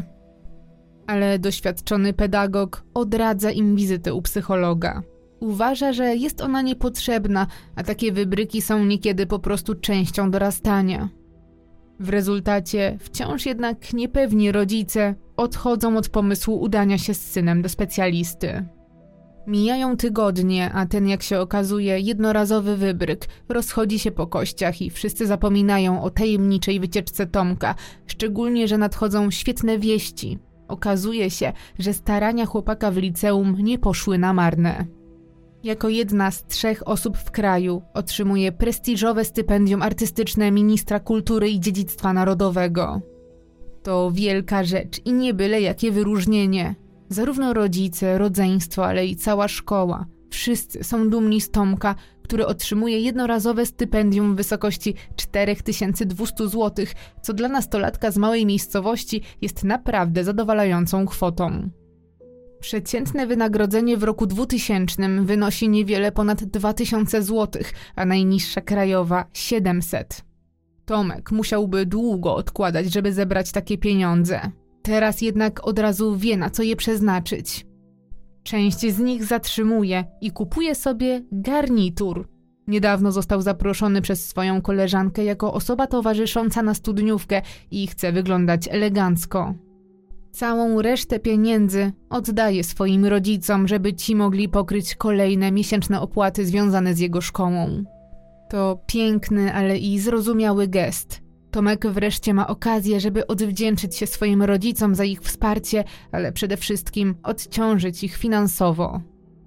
Ale doświadczony pedagog odradza im wizytę u psychologa. Uważa, że jest ona niepotrzebna, a takie wybryki są niekiedy po prostu częścią dorastania. W rezultacie wciąż jednak niepewni rodzice odchodzą od pomysłu udania się z synem do specjalisty. Mijają tygodnie, a ten, jak się okazuje, jednorazowy wybryk rozchodzi się po kościach i wszyscy zapominają o tajemniczej wycieczce Tomka, szczególnie, że nadchodzą świetne wieści. Okazuje się, że starania chłopaka w liceum nie poszły na marne. Jako jedna z trzech osób w kraju otrzymuje prestiżowe stypendium artystyczne ministra kultury i dziedzictwa narodowego. To wielka rzecz i nie byle jakie wyróżnienie. Zarówno rodzice, rodzeństwo, ale i cała szkoła. Wszyscy są dumni z Tomka, który otrzymuje jednorazowe stypendium w wysokości cztery tysiące dwieście złotych, co dla nastolatka z małej miejscowości jest naprawdę zadowalającą kwotą. Przeciętne wynagrodzenie w roku dwutysięcznym wynosi niewiele ponad dwa tysiące złotych, a najniższa krajowa siedemset. Tomek musiałby długo odkładać, żeby zebrać takie pieniądze. Teraz jednak od razu wie, na co je przeznaczyć. Część z nich zatrzymuje i kupuje sobie garnitur. Niedawno został zaproszony przez swoją koleżankę jako osoba towarzysząca na studniówkę i chce wyglądać elegancko. Całą resztę pieniędzy oddaje swoim rodzicom, żeby ci mogli pokryć kolejne miesięczne opłaty związane z jego szkołą. To piękny, ale i zrozumiały gest. Tomek wreszcie ma okazję, żeby odwdzięczyć się swoim rodzicom za ich wsparcie, ale przede wszystkim odciążyć ich finansowo.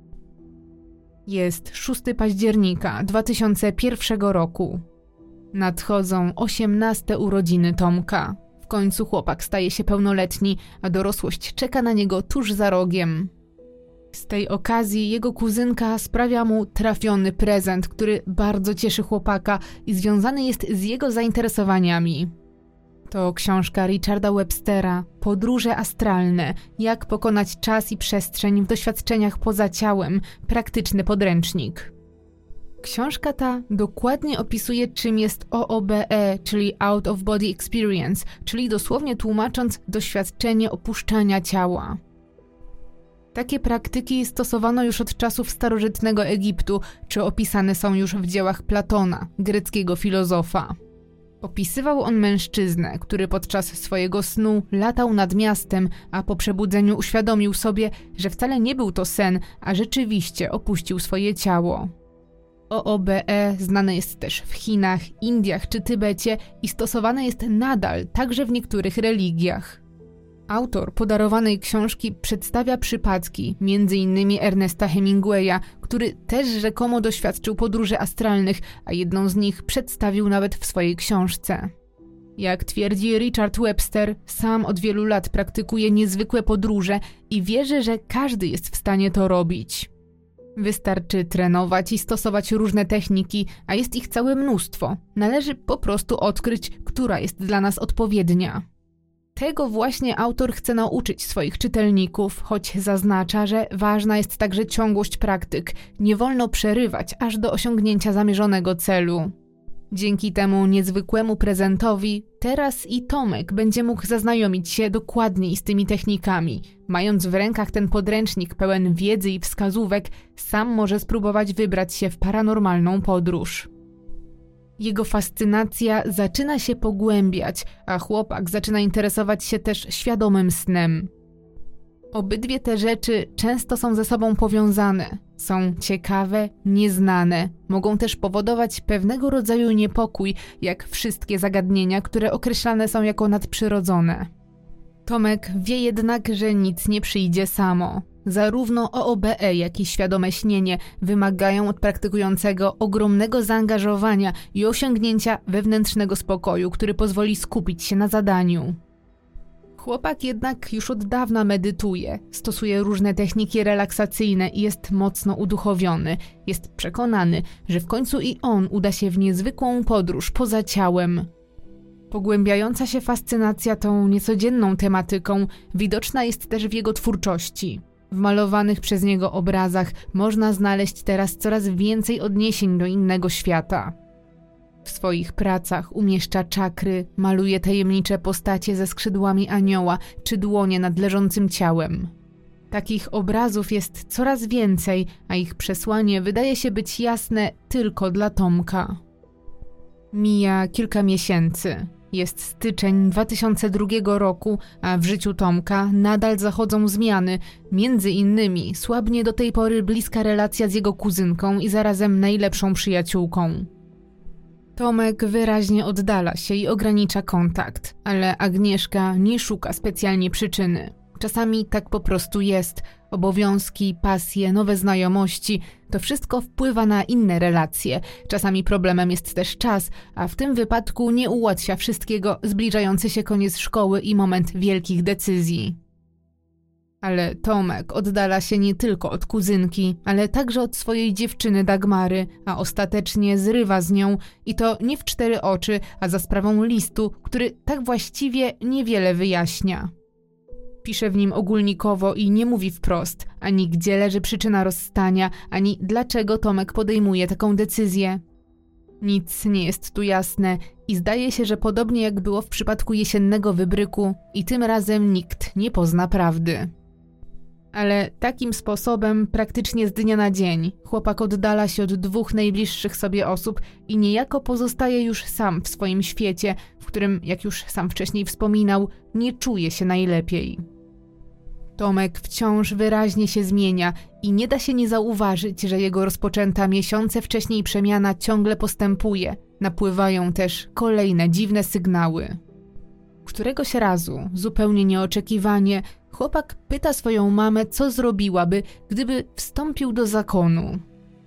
Jest szóstego października dwa tysiące pierwszego roku. Nadchodzą osiemnaste urodziny Tomka. W końcu chłopak staje się pełnoletni, a dorosłość czeka na niego tuż za rogiem. Z tej okazji jego kuzynka sprawia mu trafiony prezent, który bardzo cieszy chłopaka i związany jest z jego zainteresowaniami. To książka Richarda Webstera Podróże astralne. Jak pokonać czas i przestrzeń w doświadczeniach poza ciałem. Praktyczny podręcznik. Książka ta dokładnie opisuje, czym jest O O B E, czyli Out of Body Experience, czyli dosłownie tłumacząc doświadczenie opuszczania ciała. Takie praktyki stosowano już od czasów starożytnego Egiptu, czy opisane są już w dziełach Platona, greckiego filozofa. Opisywał on mężczyznę, który podczas swojego snu latał nad miastem, a po przebudzeniu uświadomił sobie, że wcale nie był to sen, a rzeczywiście opuścił swoje ciało. O O B E znane jest też w Chinach, Indiach czy Tybecie i stosowane jest nadal, także w niektórych religiach. Autor podarowanej książki przedstawia przypadki, między innymi Ernesta Hemingwaya, który też rzekomo doświadczył podróży astralnych, a jedną z nich przedstawił nawet w swojej książce. Jak twierdzi Richard Webster, sam od wielu lat praktykuje niezwykłe podróże i wierzy, że każdy jest w stanie to robić. Wystarczy trenować i stosować różne techniki, a jest ich całe mnóstwo. Należy po prostu odkryć, która jest dla nas odpowiednia. Tego właśnie autor chce nauczyć swoich czytelników, choć zaznacza, że ważna jest także ciągłość praktyk. Nie wolno przerywać aż do osiągnięcia zamierzonego celu. Dzięki temu niezwykłemu prezentowi teraz i Tomek będzie mógł zaznajomić się dokładniej z tymi technikami. Mając w rękach ten podręcznik pełen wiedzy i wskazówek, sam może spróbować wybrać się w paranormalną podróż. Jego fascynacja zaczyna się pogłębiać, a chłopak zaczyna interesować się też świadomym snem. Obydwie te rzeczy często są ze sobą powiązane, są ciekawe, nieznane, mogą też powodować pewnego rodzaju niepokój, jak wszystkie zagadnienia, które określane są jako nadprzyrodzone. Tomek wie jednak, że nic nie przyjdzie samo. Zarówno O O B E, jak i świadome śnienie wymagają od praktykującego ogromnego zaangażowania i osiągnięcia wewnętrznego spokoju, który pozwoli skupić się na zadaniu. Chłopak jednak już od dawna medytuje, stosuje różne techniki relaksacyjne i jest mocno uduchowiony. Jest przekonany, że w końcu i on uda się w niezwykłą podróż poza ciałem. Pogłębiająca się fascynacja tą niecodzienną tematyką widoczna jest też w jego twórczości. W malowanych przez niego obrazach można znaleźć teraz coraz więcej odniesień do innego świata. W swoich pracach umieszcza czakry, maluje tajemnicze postacie ze skrzydłami anioła czy dłonie nad leżącym ciałem. Takich obrazów jest coraz więcej, a ich przesłanie wydaje się być jasne tylko dla Tomka. Mija kilka miesięcy. Jest styczeń dwa tysiące drugiego roku, a w życiu Tomka nadal zachodzą zmiany. Między innymi słabnie do tej pory bliska relacja z jego kuzynką i zarazem najlepszą przyjaciółką. Tomek wyraźnie oddala się i ogranicza kontakt, ale Agnieszka nie szuka specjalnie przyczyny. Czasami tak po prostu jest. Obowiązki, pasje, nowe znajomości – to wszystko wpływa na inne relacje. Czasami problemem jest też czas, a w tym wypadku nie ułatwia wszystkiego zbliżający się koniec szkoły i moment wielkich decyzji. Ale Tomek oddala się nie tylko od kuzynki, ale także od swojej dziewczyny Dagmary, a ostatecznie zrywa z nią i to nie w cztery oczy, a za sprawą listu, który tak właściwie niewiele wyjaśnia. Pisze w nim ogólnikowo i nie mówi wprost, ani gdzie leży przyczyna rozstania, ani dlaczego Tomek podejmuje taką decyzję. Nic nie jest tu jasne i zdaje się, że podobnie jak było w przypadku jesiennego wybryku, i tym razem nikt nie pozna prawdy. Ale takim sposobem, praktycznie z dnia na dzień, chłopak oddala się od dwóch najbliższych sobie osób i niejako pozostaje już sam w swoim świecie, w którym, jak już sam wcześniej wspominał, nie czuje się najlepiej. Tomek wciąż wyraźnie się zmienia i nie da się nie zauważyć, że jego rozpoczęta miesiące wcześniej przemiana ciągle postępuje. Napływają też kolejne dziwne sygnały. Któregoś razu, zupełnie nieoczekiwanie, chłopak pyta swoją mamę, co zrobiłaby, gdyby wstąpił do zakonu.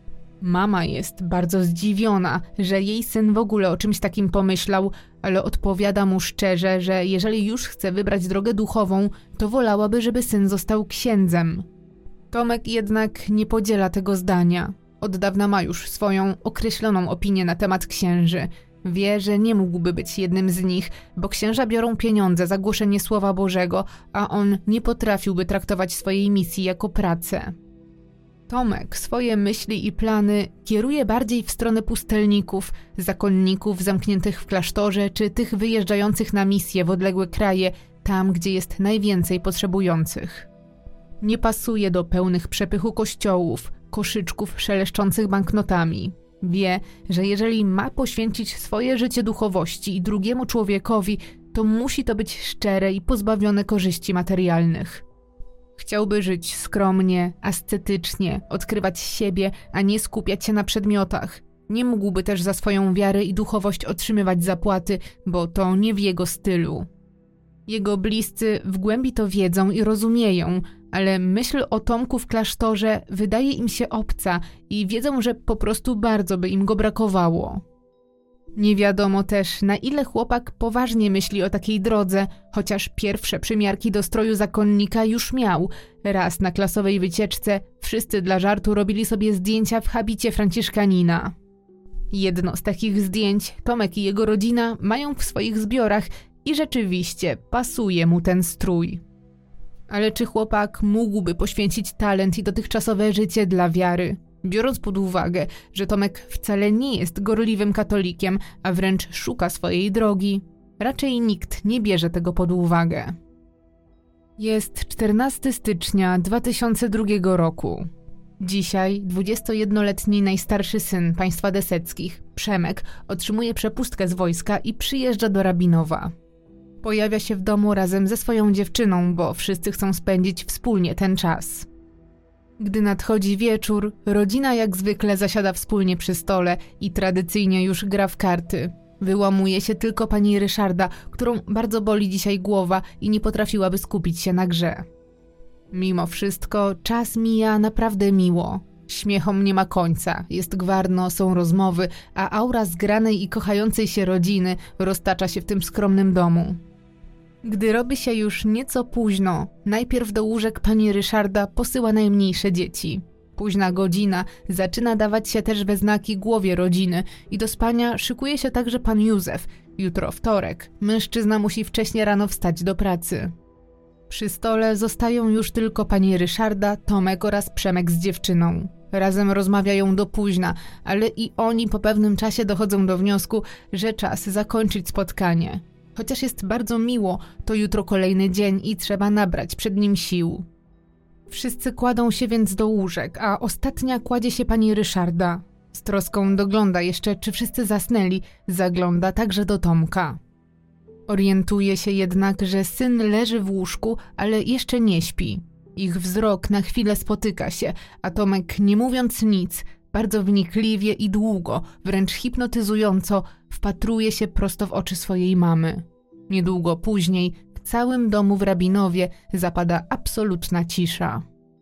Mama jest bardzo zdziwiona, że jej syn w ogóle o czymś takim pomyślał, ale odpowiada mu szczerze, że jeżeli już chce wybrać drogę duchową, to wolałaby, żeby syn został księdzem. Tomek jednak nie podziela tego zdania. Od dawna ma już swoją określoną opinię na temat księży. Wie, że nie mógłby być jednym z nich, bo księża biorą pieniądze za głoszenie Słowa Bożego, a on nie potrafiłby traktować swojej misji jako pracę. Tomek swoje myśli i plany kieruje bardziej w stronę pustelników, zakonników zamkniętych w klasztorze czy tych wyjeżdżających na misje w odległe kraje, tam gdzie jest najwięcej potrzebujących. Nie pasuje do pełnych przepychu kościołów, koszyczków szeleszczących banknotami. Wie, że jeżeli ma poświęcić swoje życie duchowości i drugiemu człowiekowi, to musi to być szczere i pozbawione korzyści materialnych. Chciałby żyć skromnie, ascetycznie, odkrywać siebie, a nie skupiać się na przedmiotach. Nie mógłby też za swoją wiarę i duchowość otrzymywać zapłaty, bo to nie w jego stylu. Jego bliscy w głębi to wiedzą i rozumieją, ale myśl o Tomku w klasztorze wydaje im się obca i wiedzą, że po prostu bardzo by im go brakowało. Nie wiadomo też, na ile chłopak poważnie myśli o takiej drodze, chociaż pierwsze przymiarki do stroju zakonnika już miał. Raz na klasowej wycieczce wszyscy dla żartu robili sobie zdjęcia w habicie franciszkanina. Jedno z takich zdjęć Tomek i jego rodzina mają w swoich zbiorach i rzeczywiście pasuje mu ten strój. Ale czy chłopak mógłby poświęcić talent i dotychczasowe życie dla wiary? Biorąc pod uwagę, że Tomek wcale nie jest gorliwym katolikiem, a wręcz szuka swojej drogi, raczej nikt nie bierze tego pod uwagę. Jest czternastego stycznia dwa tysiące drugiego roku. Dzisiaj dwudziestojednoletni najstarszy syn państwa Deseckich, Przemek, otrzymuje przepustkę z wojska i przyjeżdża do Rabinowa. Pojawia się w domu razem ze swoją dziewczyną, bo wszyscy chcą spędzić wspólnie ten czas. Gdy nadchodzi wieczór, rodzina jak zwykle zasiada wspólnie przy stole i tradycyjnie już gra w karty. Wyłamuje się tylko pani Ryszarda, którą bardzo boli dzisiaj głowa i nie potrafiłaby skupić się na grze. Mimo wszystko czas mija naprawdę miło. Śmiechom nie ma końca, jest gwarno, są rozmowy, a aura zgranej i kochającej się rodziny roztacza się w tym skromnym domu. Gdy robi się już nieco późno, najpierw do łóżek pani Ryszarda posyła najmniejsze dzieci. Późna godzina zaczyna dawać się też we znaki głowie rodziny i do spania szykuje się także pan Józef. Jutro wtorek, mężczyzna musi wcześnie rano wstać do pracy. Przy stole zostają już tylko pani Ryszarda, Tomek oraz Przemek z dziewczyną. Razem rozmawiają do późna, ale i oni po pewnym czasie dochodzą do wniosku, że czas zakończyć spotkanie. Chociaż jest bardzo miło, to jutro kolejny dzień i trzeba nabrać przed nim sił. Wszyscy kładą się więc do łóżek, a ostatnia kładzie się pani Ryszarda. Z troską dogląda jeszcze, czy wszyscy zasnęli, zagląda także do Tomka. Orientuje się jednak, że syn leży w łóżku, ale jeszcze nie śpi. Ich wzrok na chwilę spotyka się, a Tomek, nie mówiąc nic, bardzo wnikliwie i długo, wręcz hipnotyzująco, wpatruje się prosto w oczy swojej mamy. Niedługo później w całym domu w Rabinowie zapada absolutna cisza.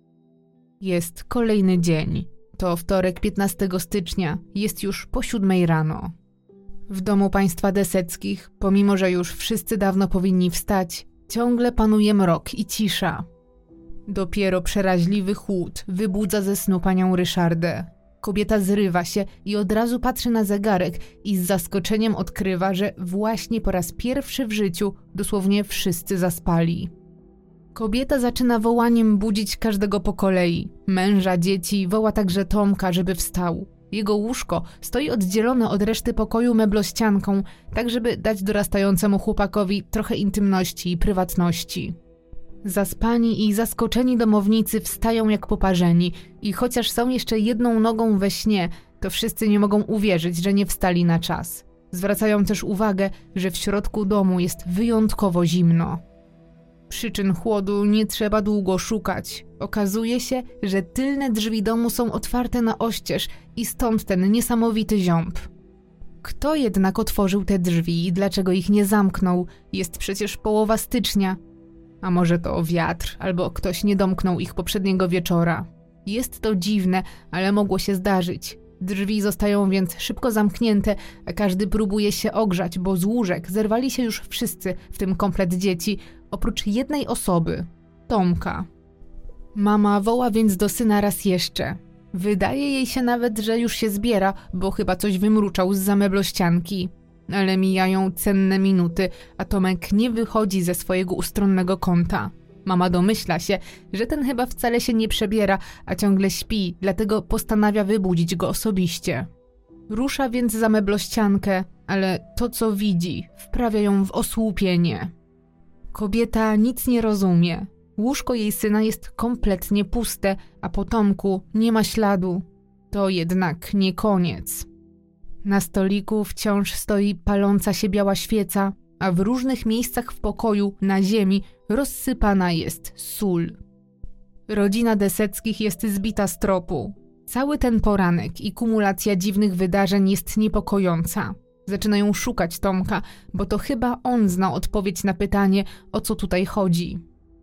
Jest kolejny dzień. To wtorek piętnastego stycznia, jest już po siódmej rano. W domu państwa Deseckich, pomimo że już wszyscy dawno powinni wstać, ciągle panuje mrok i cisza. Dopiero przeraźliwy chłód wybudza ze snu panią Ryszardę. Kobieta zrywa się i od razu patrzy na zegarek i z zaskoczeniem odkrywa, że właśnie po raz pierwszy w życiu dosłownie wszyscy zaspali. Kobieta zaczyna wołaniem budzić każdego po kolei. Męża, dzieci, woła także Tomka, żeby wstał. Jego łóżko stoi oddzielone od reszty pokoju meblościanką, tak żeby dać dorastającemu chłopakowi trochę intymności i prywatności. Zaspani i zaskoczeni domownicy wstają jak poparzeni i chociaż są jeszcze jedną nogą we śnie, to wszyscy nie mogą uwierzyć, że nie wstali na czas. Zwracają też uwagę, że w środku domu jest wyjątkowo zimno. Przyczyn chłodu nie trzeba długo szukać. Okazuje się, że tylne drzwi domu są otwarte na oścież i stąd ten niesamowity ziąb. Kto jednak otworzył te drzwi i dlaczego ich nie zamknął? Jest przecież połowa stycznia. A może to wiatr, albo ktoś nie domknął ich poprzedniego wieczora. Jest to dziwne, ale mogło się zdarzyć. Drzwi zostają więc szybko zamknięte, a każdy próbuje się ogrzać, bo z łóżek zerwali się już wszyscy, w tym komplet dzieci, oprócz jednej osoby – Tomka. Mama woła więc do syna raz jeszcze. Wydaje jej się nawet, że już się zbiera, bo chyba coś wymruczał zza meblościanki. Ale mijają cenne minuty, a Tomek nie wychodzi ze swojego ustronnego kąta. Mama domyśla się, że ten chyba wcale się nie przebiera, a ciągle śpi, dlatego postanawia wybudzić go osobiście. Rusza więc za meblościankę, ale to, co widzi, wprawia ją w osłupienie. Kobieta nic nie rozumie. Łóżko jej syna jest kompletnie puste, a po Tomku nie ma śladu. To jednak nie koniec. Na stoliku wciąż stoi paląca się biała świeca, a w różnych miejscach w pokoju, na ziemi, rozsypana jest sól. Rodzina Deseckich jest zbita z tropu. Cały ten poranek i kumulacja dziwnych wydarzeń jest niepokojąca. Zaczynają szukać Tomka, bo to chyba on zna odpowiedź na pytanie, o co tutaj chodzi.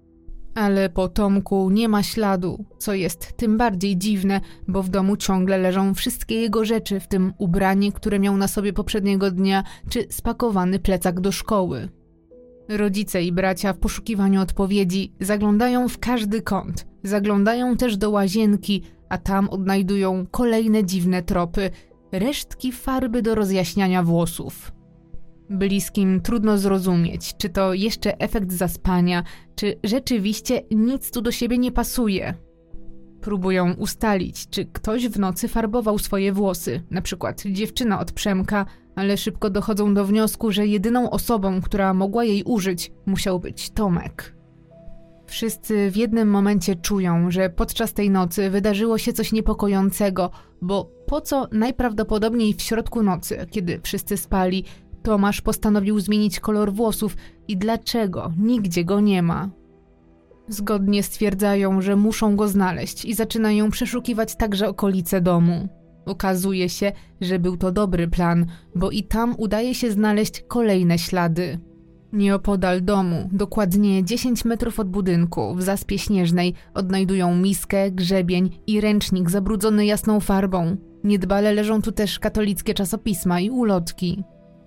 Ale po Tomku nie ma śladu, co jest tym bardziej dziwne, bo w domu ciągle leżą wszystkie jego rzeczy, w tym ubranie, które miał na sobie poprzedniego dnia, czy spakowany plecak do szkoły. Rodzice i bracia w poszukiwaniu odpowiedzi zaglądają w każdy kąt, zaglądają też do łazienki, a tam odnajdują kolejne dziwne tropy, resztki farby do rozjaśniania włosów. Bliskim trudno zrozumieć, czy to jeszcze efekt zaspania, czy rzeczywiście nic tu do siebie nie pasuje. Próbują ustalić, czy ktoś w nocy farbował swoje włosy, na przykład dziewczyna od Przemka, ale szybko dochodzą do wniosku, że jedyną osobą, która mogła jej użyć, musiał być Tomek. Wszyscy w jednym momencie czują, że podczas tej nocy wydarzyło się coś niepokojącego, bo po co najprawdopodobniej w środku nocy, kiedy wszyscy spali, Tomasz postanowił zmienić kolor włosów i dlaczego nigdzie go nie ma. Zgodnie stwierdzają, że muszą go znaleźć i zaczynają przeszukiwać także okolice domu. Okazuje się, że był to dobry plan, bo i tam udaje się znaleźć kolejne ślady. Nieopodal domu, dokładnie dziesięć metrów od budynku, w zaspie śnieżnej, odnajdują miskę, grzebień i ręcznik zabrudzony jasną farbą. Niedbale leżą tu też katolickie czasopisma i ulotki.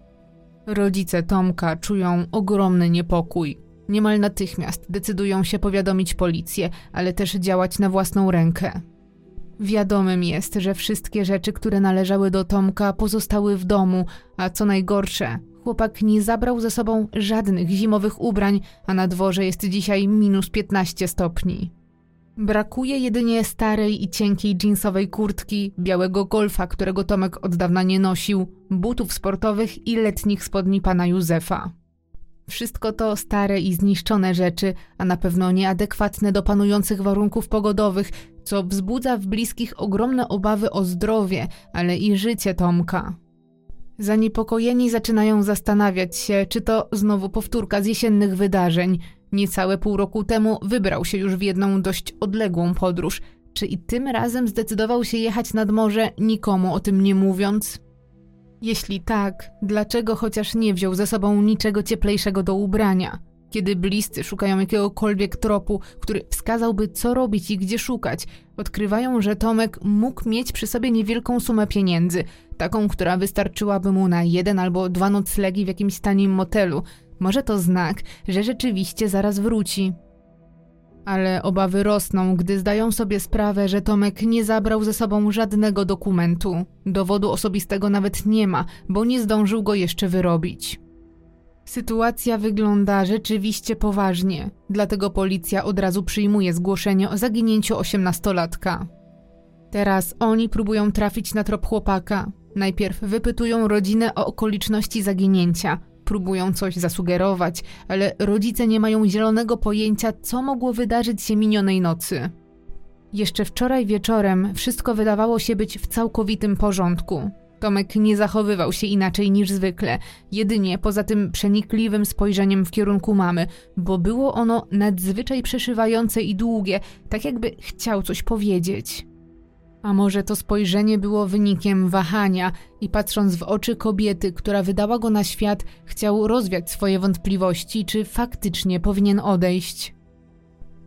Rodzice Tomka czują ogromny niepokój. Niemal natychmiast decydują się powiadomić policję, ale też działać na własną rękę. Wiadomym jest, że wszystkie rzeczy, które należały do Tomka, pozostały w domu, a co najgorsze, chłopak nie zabrał ze sobą żadnych zimowych ubrań, a na dworze jest dzisiaj minus piętnaście stopni. Brakuje jedynie starej i cienkiej dżinsowej kurtki, białego golfa, którego Tomek od dawna nie nosił, butów sportowych i letnich spodni pana Józefa. Wszystko to stare i zniszczone rzeczy, a na pewno nieadekwatne do panujących warunków pogodowych, co wzbudza w bliskich ogromne obawy o zdrowie, ale i życie Tomka. Zaniepokojeni zaczynają zastanawiać się, czy to znowu powtórka z jesiennych wydarzeń. Niecałe pół roku temu wybrał się już w jedną dość odległą podróż. Czy i tym razem zdecydował się jechać nad morze, nikomu o tym nie mówiąc? Jeśli tak, dlaczego chociaż nie wziął ze sobą niczego cieplejszego do ubrania? Kiedy bliscy szukają jakiegokolwiek tropu, który wskazałby, co robić i gdzie szukać, odkrywają, że Tomek mógł mieć przy sobie niewielką sumę pieniędzy, taką, która wystarczyłaby mu na jeden albo dwa noclegi w jakimś tanim motelu. Może to znak, że rzeczywiście zaraz wróci. Ale obawy rosną, gdy zdają sobie sprawę, że Tomek nie zabrał ze sobą żadnego dokumentu. Dowodu osobistego nawet nie ma, bo nie zdążył go jeszcze wyrobić. Sytuacja wygląda rzeczywiście poważnie, dlatego policja od razu przyjmuje zgłoszenie o zaginięciu osiemnastolatka. Teraz oni próbują trafić na trop chłopaka. Najpierw wypytują rodzinę o okoliczności zaginięcia, próbują coś zasugerować, ale rodzice nie mają zielonego pojęcia, co mogło wydarzyć się minionej nocy. Jeszcze wczoraj wieczorem wszystko wydawało się być w całkowitym porządku. Tomek nie zachowywał się inaczej niż zwykle, jedynie poza tym przenikliwym spojrzeniem w kierunku mamy, bo było ono nadzwyczaj przeszywające i długie, tak jakby chciał coś powiedzieć. A może to spojrzenie było wynikiem wahania i patrząc w oczy kobiety, która wydała go na świat, chciał rozwiać swoje wątpliwości, czy faktycznie powinien odejść.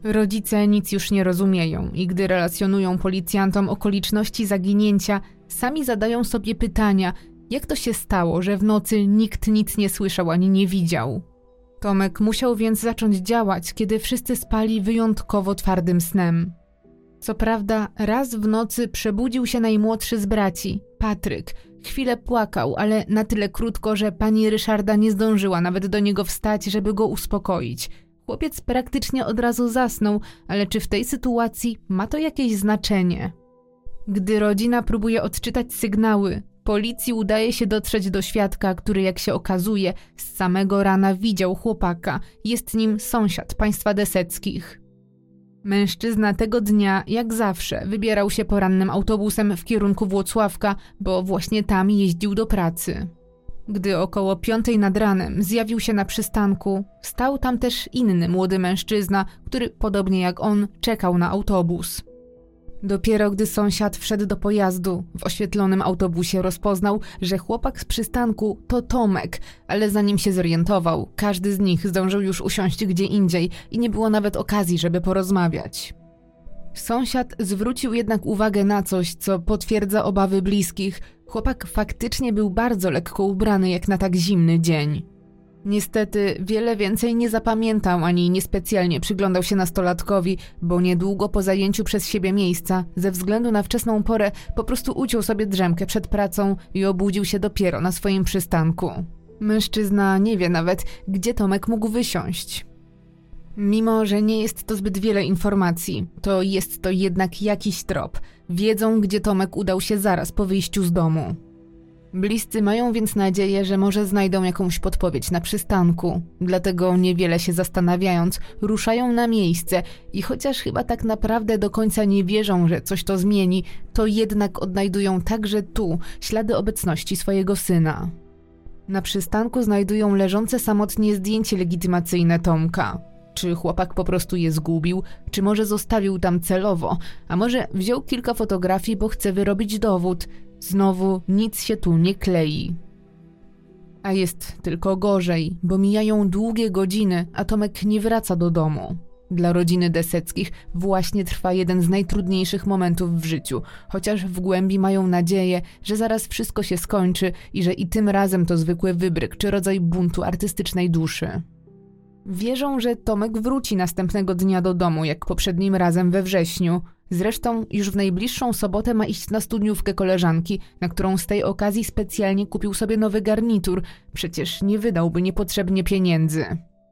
Rodzice nic już nie rozumieją i gdy relacjonują policjantom okoliczności zaginięcia, sami zadają sobie pytania, jak to się stało, że w nocy nikt nic nie słyszał ani nie widział. Tomek musiał więc zacząć działać, kiedy wszyscy spali wyjątkowo twardym snem. Co prawda, raz w nocy przebudził się najmłodszy z braci, Patryk. Chwilę płakał, ale na tyle krótko, że pani Ryszarda nie zdążyła nawet do niego wstać, żeby go uspokoić. Chłopiec praktycznie od razu zasnął, ale czy w tej sytuacji ma to jakieś znaczenie? Gdy rodzina próbuje odczytać sygnały, policji udaje się dotrzeć do świadka, który, jak się okazuje, z samego rana widział chłopaka. Jest nim sąsiad państwa Deseckich. Mężczyzna tego dnia, jak zawsze, wybierał się porannym autobusem w kierunku Włocławka, bo właśnie tam jeździł do pracy. Gdy około piątej nad ranem zjawił się na przystanku, stał tam też inny młody mężczyzna, który, podobnie jak on, czekał na autobus. Dopiero gdy sąsiad wszedł do pojazdu, w oświetlonym autobusie rozpoznał, że chłopak z przystanku to Tomek, ale zanim się zorientował, każdy z nich zdążył już usiąść gdzie indziej i nie było nawet okazji, żeby porozmawiać. Sąsiad zwrócił jednak uwagę na coś, co potwierdza obawy bliskich. Chłopak faktycznie był bardzo lekko ubrany jak na tak zimny dzień. Niestety wiele więcej nie zapamiętał ani niespecjalnie przyglądał się nastolatkowi, bo niedługo po zajęciu przez siebie miejsca, ze względu na wczesną porę, po prostu uciął sobie drzemkę przed pracą i obudził się dopiero na swoim przystanku. Mężczyzna nie wie nawet, gdzie Tomek mógł wysiąść. Mimo że nie jest to zbyt wiele informacji, to jest to jednak jakiś trop. Wiedzą, gdzie Tomek udał się zaraz po wyjściu z domu. Bliscy mają więc nadzieję, że może znajdą jakąś podpowiedź na przystanku. Dlatego niewiele się zastanawiając, ruszają na miejsce i chociaż chyba tak naprawdę do końca nie wierzą, że coś to zmieni, to jednak odnajdują także tu ślady obecności swojego syna. Na przystanku znajdują leżące samotnie zdjęcie legitymacyjne Tomka. Czy chłopak po prostu je zgubił, czy może zostawił tam celowo, a może wziął kilka fotografii, bo chce wyrobić dowód. Znowu nic się tu nie klei. A jest tylko gorzej, bo mijają długie godziny, a Tomek nie wraca do domu. Dla rodziny Deseckich właśnie trwa jeden z najtrudniejszych momentów w życiu, chociaż w głębi mają nadzieję, że zaraz wszystko się skończy i że i tym razem to zwykły wybryk czy rodzaj buntu artystycznej duszy. Wierzą, że Tomek wróci następnego dnia do domu, jak poprzednim razem we wrześniu. Zresztą już w najbliższą sobotę ma iść na studniówkę koleżanki, na którą z tej okazji specjalnie kupił sobie nowy garnitur. Przecież nie wydałby niepotrzebnie pieniędzy.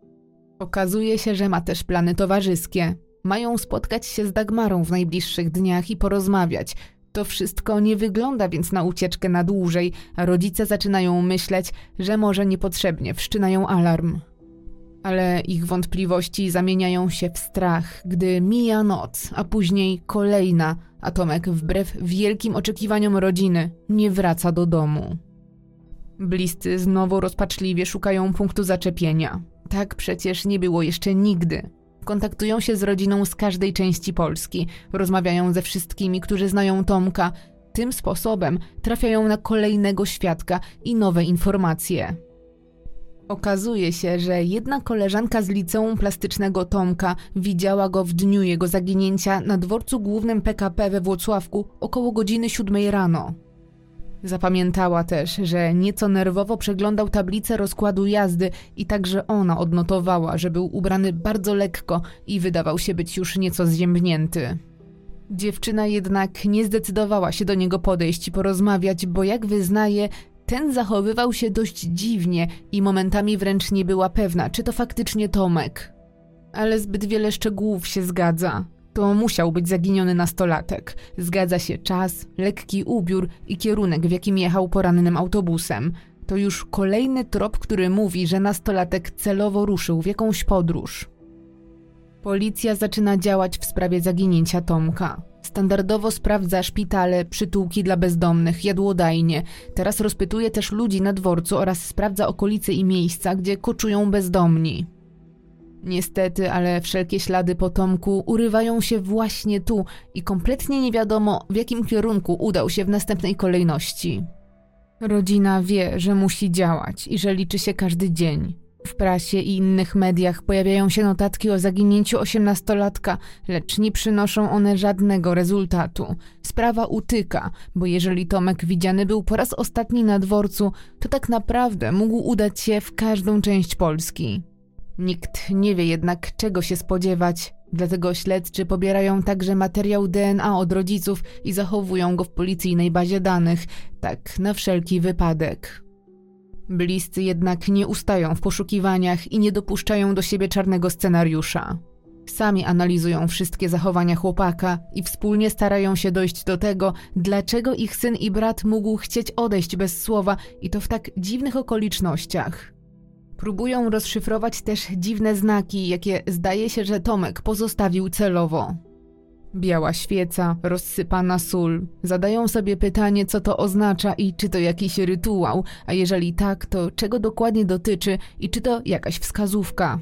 Okazuje się, że ma też plany towarzyskie. Mają spotkać się z Dagmarą w najbliższych dniach i porozmawiać. To wszystko nie wygląda więc na ucieczkę na dłużej, a rodzice zaczynają myśleć, że może niepotrzebnie wszczynają alarm. Ale ich wątpliwości zamieniają się w strach, gdy mija noc, a później kolejna, a Tomek wbrew wielkim oczekiwaniom rodziny nie wraca do domu. Bliscy znowu rozpaczliwie szukają punktu zaczepienia. Tak przecież nie było jeszcze nigdy. Kontaktują się z rodziną z każdej części Polski, rozmawiają ze wszystkimi, którzy znają Tomka. Tym sposobem trafiają na kolejnego świadka i nowe informacje. Okazuje się, że jedna koleżanka z liceum plastycznego Tomka widziała go w dniu jego zaginięcia na dworcu głównym P K P we Włocławku około godziny siódmej rano. Zapamiętała też, że nieco nerwowo przeglądał tablicę rozkładu jazdy i także ona odnotowała, że był ubrany bardzo lekko i wydawał się być już nieco zziębnięty. Dziewczyna jednak nie zdecydowała się do niego podejść i porozmawiać, bo jak wyznaje, ten zachowywał się dość dziwnie i momentami wręcz nie była pewna, czy to faktycznie Tomek. Ale zbyt wiele szczegółów się zgadza. To musiał być zaginiony nastolatek. Zgadza się czas, lekki ubiór i kierunek, w jakim jechał porannym autobusem. To już kolejny trop, który mówi, że nastolatek celowo ruszył w jakąś podróż. Policja zaczyna działać w sprawie zaginięcia Tomka. Standardowo sprawdza szpitale, przytułki dla bezdomnych, jadłodajnie. Teraz rozpytuje też ludzi na dworcu oraz sprawdza okolice i miejsca, gdzie koczują bezdomni. Niestety, ale wszelkie ślady po Tomku urywają się właśnie tu i kompletnie nie wiadomo, w jakim kierunku udał się w następnej kolejności. Rodzina wie, że musi działać i że liczy się każdy dzień. W prasie i innych mediach pojawiają się notatki o zaginięciu osiemnastolatka, lecz nie przynoszą one żadnego rezultatu. Sprawa utyka, bo jeżeli Tomek widziany był po raz ostatni na dworcu, to tak naprawdę mógł udać się w każdą część Polski. Nikt nie wie jednak, czego się spodziewać, dlatego śledczy pobierają także materiał D N A od rodziców i zachowują go w policyjnej bazie danych, tak na wszelki wypadek. Bliscy jednak nie ustają w poszukiwaniach i nie dopuszczają do siebie czarnego scenariusza. Sami analizują wszystkie zachowania chłopaka i wspólnie starają się dojść do tego, dlaczego ich syn i brat mógł chcieć odejść bez słowa i to w tak dziwnych okolicznościach. Próbują rozszyfrować też dziwne znaki, jakie zdaje się, że Tomek pozostawił celowo. Biała świeca, rozsypana sól. Zadają sobie pytanie, co to oznacza i czy to jakiś rytuał, a jeżeli tak, to czego dokładnie dotyczy i czy to jakaś wskazówka.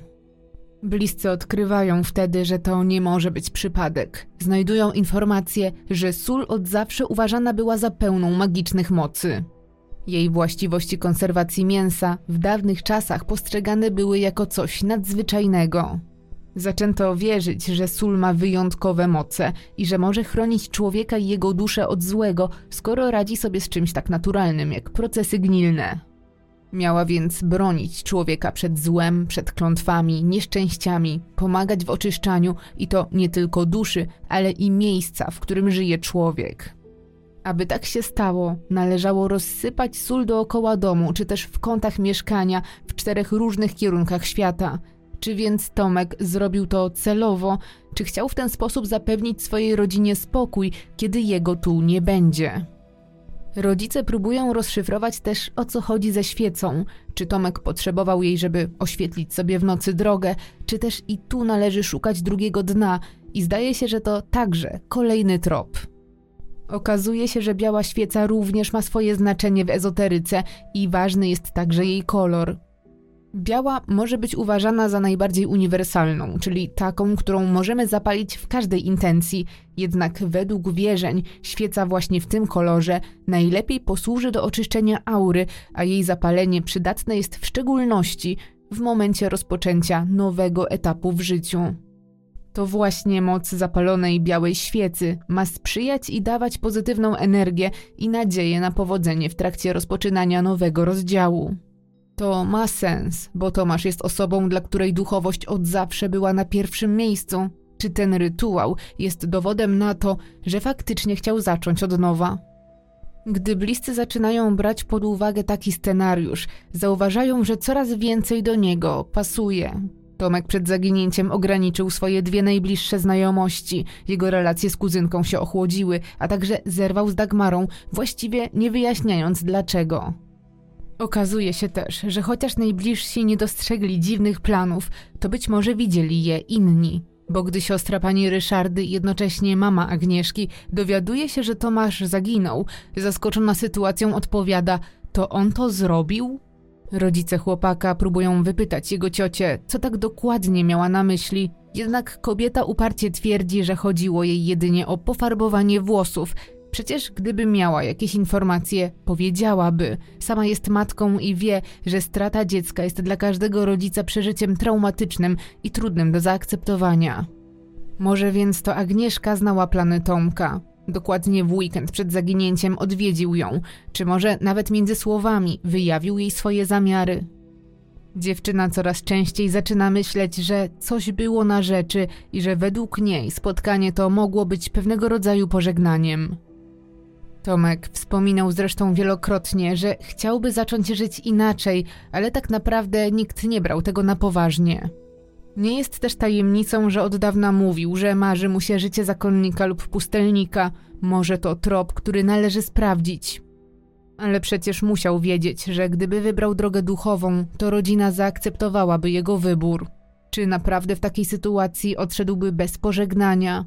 Bliscy odkrywają wtedy, że to nie może być przypadek. Znajdują informację, że sól od zawsze uważana była za pełną magicznych mocy. Jej właściwości konserwacji mięsa w dawnych czasach postrzegane były jako coś nadzwyczajnego. Zaczęto wierzyć, że sól ma wyjątkowe moce i że może chronić człowieka i jego duszę od złego, skoro radzi sobie z czymś tak naturalnym jak procesy gnilne. Miała więc bronić człowieka przed złem, przed klątwami, nieszczęściami, pomagać w oczyszczaniu i to nie tylko duszy, ale i miejsca, w którym żyje człowiek. Aby tak się stało, należało rozsypać sól dookoła domu, czy też w kątach mieszkania w czterech różnych kierunkach świata. Czy więc Tomek zrobił to celowo, czy chciał w ten sposób zapewnić swojej rodzinie spokój, kiedy jego tu nie będzie? Rodzice próbują rozszyfrować też, o co chodzi ze świecą. Czy Tomek potrzebował jej, żeby oświetlić sobie w nocy drogę, czy też i tu należy szukać drugiego dna i zdaje się, że to także kolejny trop. Okazuje się, że biała świeca również ma swoje znaczenie w ezoteryce i ważny jest także jej kolor. Biała może być uważana za najbardziej uniwersalną, czyli taką, którą możemy zapalić w każdej intencji, jednak według wierzeń świeca właśnie w tym kolorze najlepiej posłuży do oczyszczenia aury, a jej zapalenie przydatne jest w szczególności w momencie rozpoczęcia nowego etapu w życiu. To właśnie moc zapalonej białej świecy ma sprzyjać i dawać pozytywną energię i nadzieję na powodzenie w trakcie rozpoczynania nowego rozdziału. To ma sens, bo Tomasz jest osobą, dla której duchowość od zawsze była na pierwszym miejscu. Czy ten rytuał jest dowodem na to, że faktycznie chciał zacząć od nowa? Gdy bliscy zaczynają brać pod uwagę taki scenariusz, zauważają, że coraz więcej do niego pasuje. Tomek przed zaginięciem ograniczył swoje dwie najbliższe znajomości. Jego relacje z kuzynką się ochłodziły, a także zerwał z Dagmarą, właściwie nie wyjaśniając dlaczego. Okazuje się też, że chociaż najbliżsi nie dostrzegli dziwnych planów, to być może widzieli je inni. Bo gdy siostra pani Ryszardy i jednocześnie mama Agnieszki dowiaduje się, że Tomasz zaginął, zaskoczona sytuacją odpowiada: to on to zrobił? Rodzice chłopaka próbują wypytać jego ciocię, co tak dokładnie miała na myśli, jednak kobieta uparcie twierdzi, że chodziło jej jedynie o pofarbowanie włosów. Przecież gdyby miała jakieś informacje, powiedziałaby. Sama jest matką i wie, że strata dziecka jest dla każdego rodzica przeżyciem traumatycznym i trudnym do zaakceptowania. Może więc to Agnieszka znała plany Tomka. Dokładnie w weekend przed zaginięciem odwiedził ją, czy może nawet między słowami wyjawił jej swoje zamiary. Dziewczyna coraz częściej zaczyna myśleć, że coś było na rzeczy i że według niej spotkanie to mogło być pewnego rodzaju pożegnaniem. Tomek wspominał zresztą wielokrotnie, że chciałby zacząć żyć inaczej, ale tak naprawdę nikt nie brał tego na poważnie. Nie jest też tajemnicą, że od dawna mówił, że marzy mu się życie zakonnika lub pustelnika. Może to trop, który należy sprawdzić. Ale przecież musiał wiedzieć, że gdyby wybrał drogę duchową, to rodzina zaakceptowałaby jego wybór. Czy naprawdę w takiej sytuacji odszedłby bez pożegnania?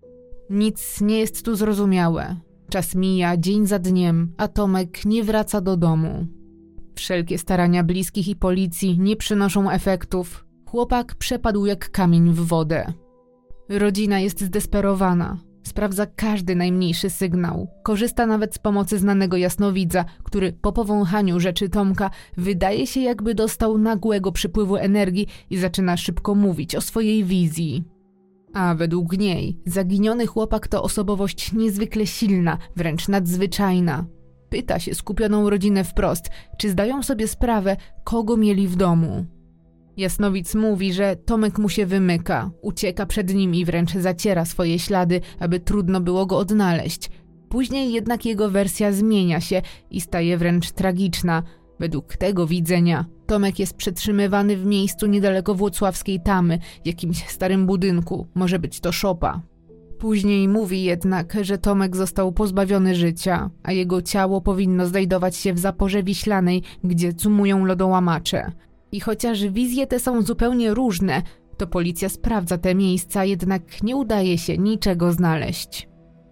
Nic nie jest tu zrozumiałe. Czas mija dzień za dniem, a Tomek nie wraca do domu. Wszelkie starania bliskich i policji nie przynoszą efektów. Chłopak przepadł jak kamień w wodę. Rodzina jest zdesperowana. Sprawdza każdy najmniejszy sygnał. Korzysta nawet z pomocy znanego jasnowidza, który po powąchaniu rzeczy Tomka wydaje się, jakby dostał nagłego przypływu energii i zaczyna szybko mówić o swojej wizji. A według niej zaginiony chłopak to osobowość niezwykle silna, wręcz nadzwyczajna. Pyta się skupioną rodzinę wprost, czy zdają sobie sprawę, kogo mieli w domu. Jasnowidz mówi, że Tomek mu się wymyka, ucieka przed nim i wręcz zaciera swoje ślady, aby trudno było go odnaleźć. Później jednak jego wersja zmienia się i staje wręcz tragiczna. Według tego widzenia Tomek jest przetrzymywany w miejscu niedaleko włocławskiej Tamy, jakimś starym budynku, może być to szopa. Później mówi jednak, że Tomek został pozbawiony życia, a jego ciało powinno znajdować się w Zaporze Wiślanej, gdzie cumują lodołamacze. I chociaż wizje te są zupełnie różne, to policja sprawdza te miejsca, jednak nie udaje się niczego znaleźć.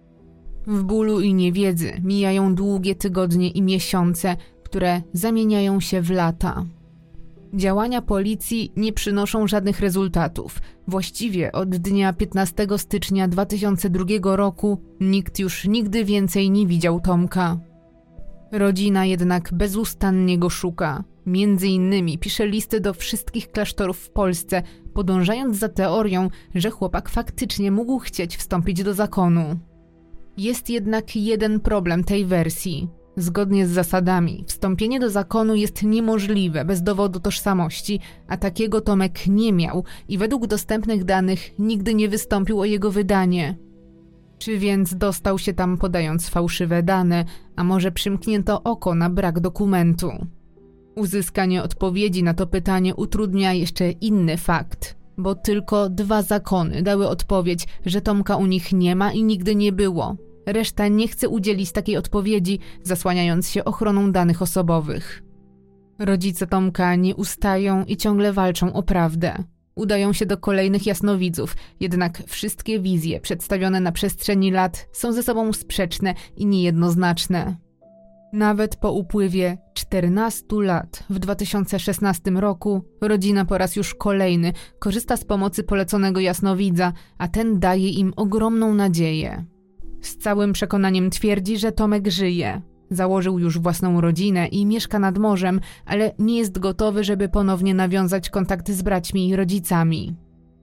W bólu i niewiedzy mijają długie tygodnie i miesiące, które zamieniają się w lata. Działania policji nie przynoszą żadnych rezultatów. Właściwie od dnia piętnastego stycznia dwa tysiące drugiego roku nikt już nigdy więcej nie widział Tomka. Rodzina jednak bezustannie go szuka. Między innymi pisze listy do wszystkich klasztorów w Polsce, podążając za teorią, że chłopak faktycznie mógł chcieć wstąpić do zakonu. Jest jednak jeden problem tej wersji. Zgodnie z zasadami, wstąpienie do zakonu jest niemożliwe bez dowodu tożsamości, a takiego Tomek nie miał i według dostępnych danych nigdy nie wystąpił o jego wydanie. Czy więc dostał się tam podając fałszywe dane, a może przymknięto oko na brak dokumentu? Uzyskanie odpowiedzi na to pytanie utrudnia jeszcze inny fakt, bo tylko dwa zakony dały odpowiedź, że Tomka u nich nie ma i nigdy nie było. Reszta nie chce udzielić takiej odpowiedzi, zasłaniając się ochroną danych osobowych. Rodzice Tomka nie ustają i ciągle walczą o prawdę. Udają się do kolejnych jasnowidzów, jednak wszystkie wizje przedstawione na przestrzeni lat są ze sobą sprzeczne i niejednoznaczne. Nawet po upływie czternastu lat w dwa tysiące szesnastym roku rodzina po raz już kolejny korzysta z pomocy poleconego jasnowidza, a ten daje im ogromną nadzieję. Z całym przekonaniem twierdzi, że Tomek żyje. Założył już własną rodzinę i mieszka nad morzem, ale nie jest gotowy, żeby ponownie nawiązać kontakt z braćmi i rodzicami.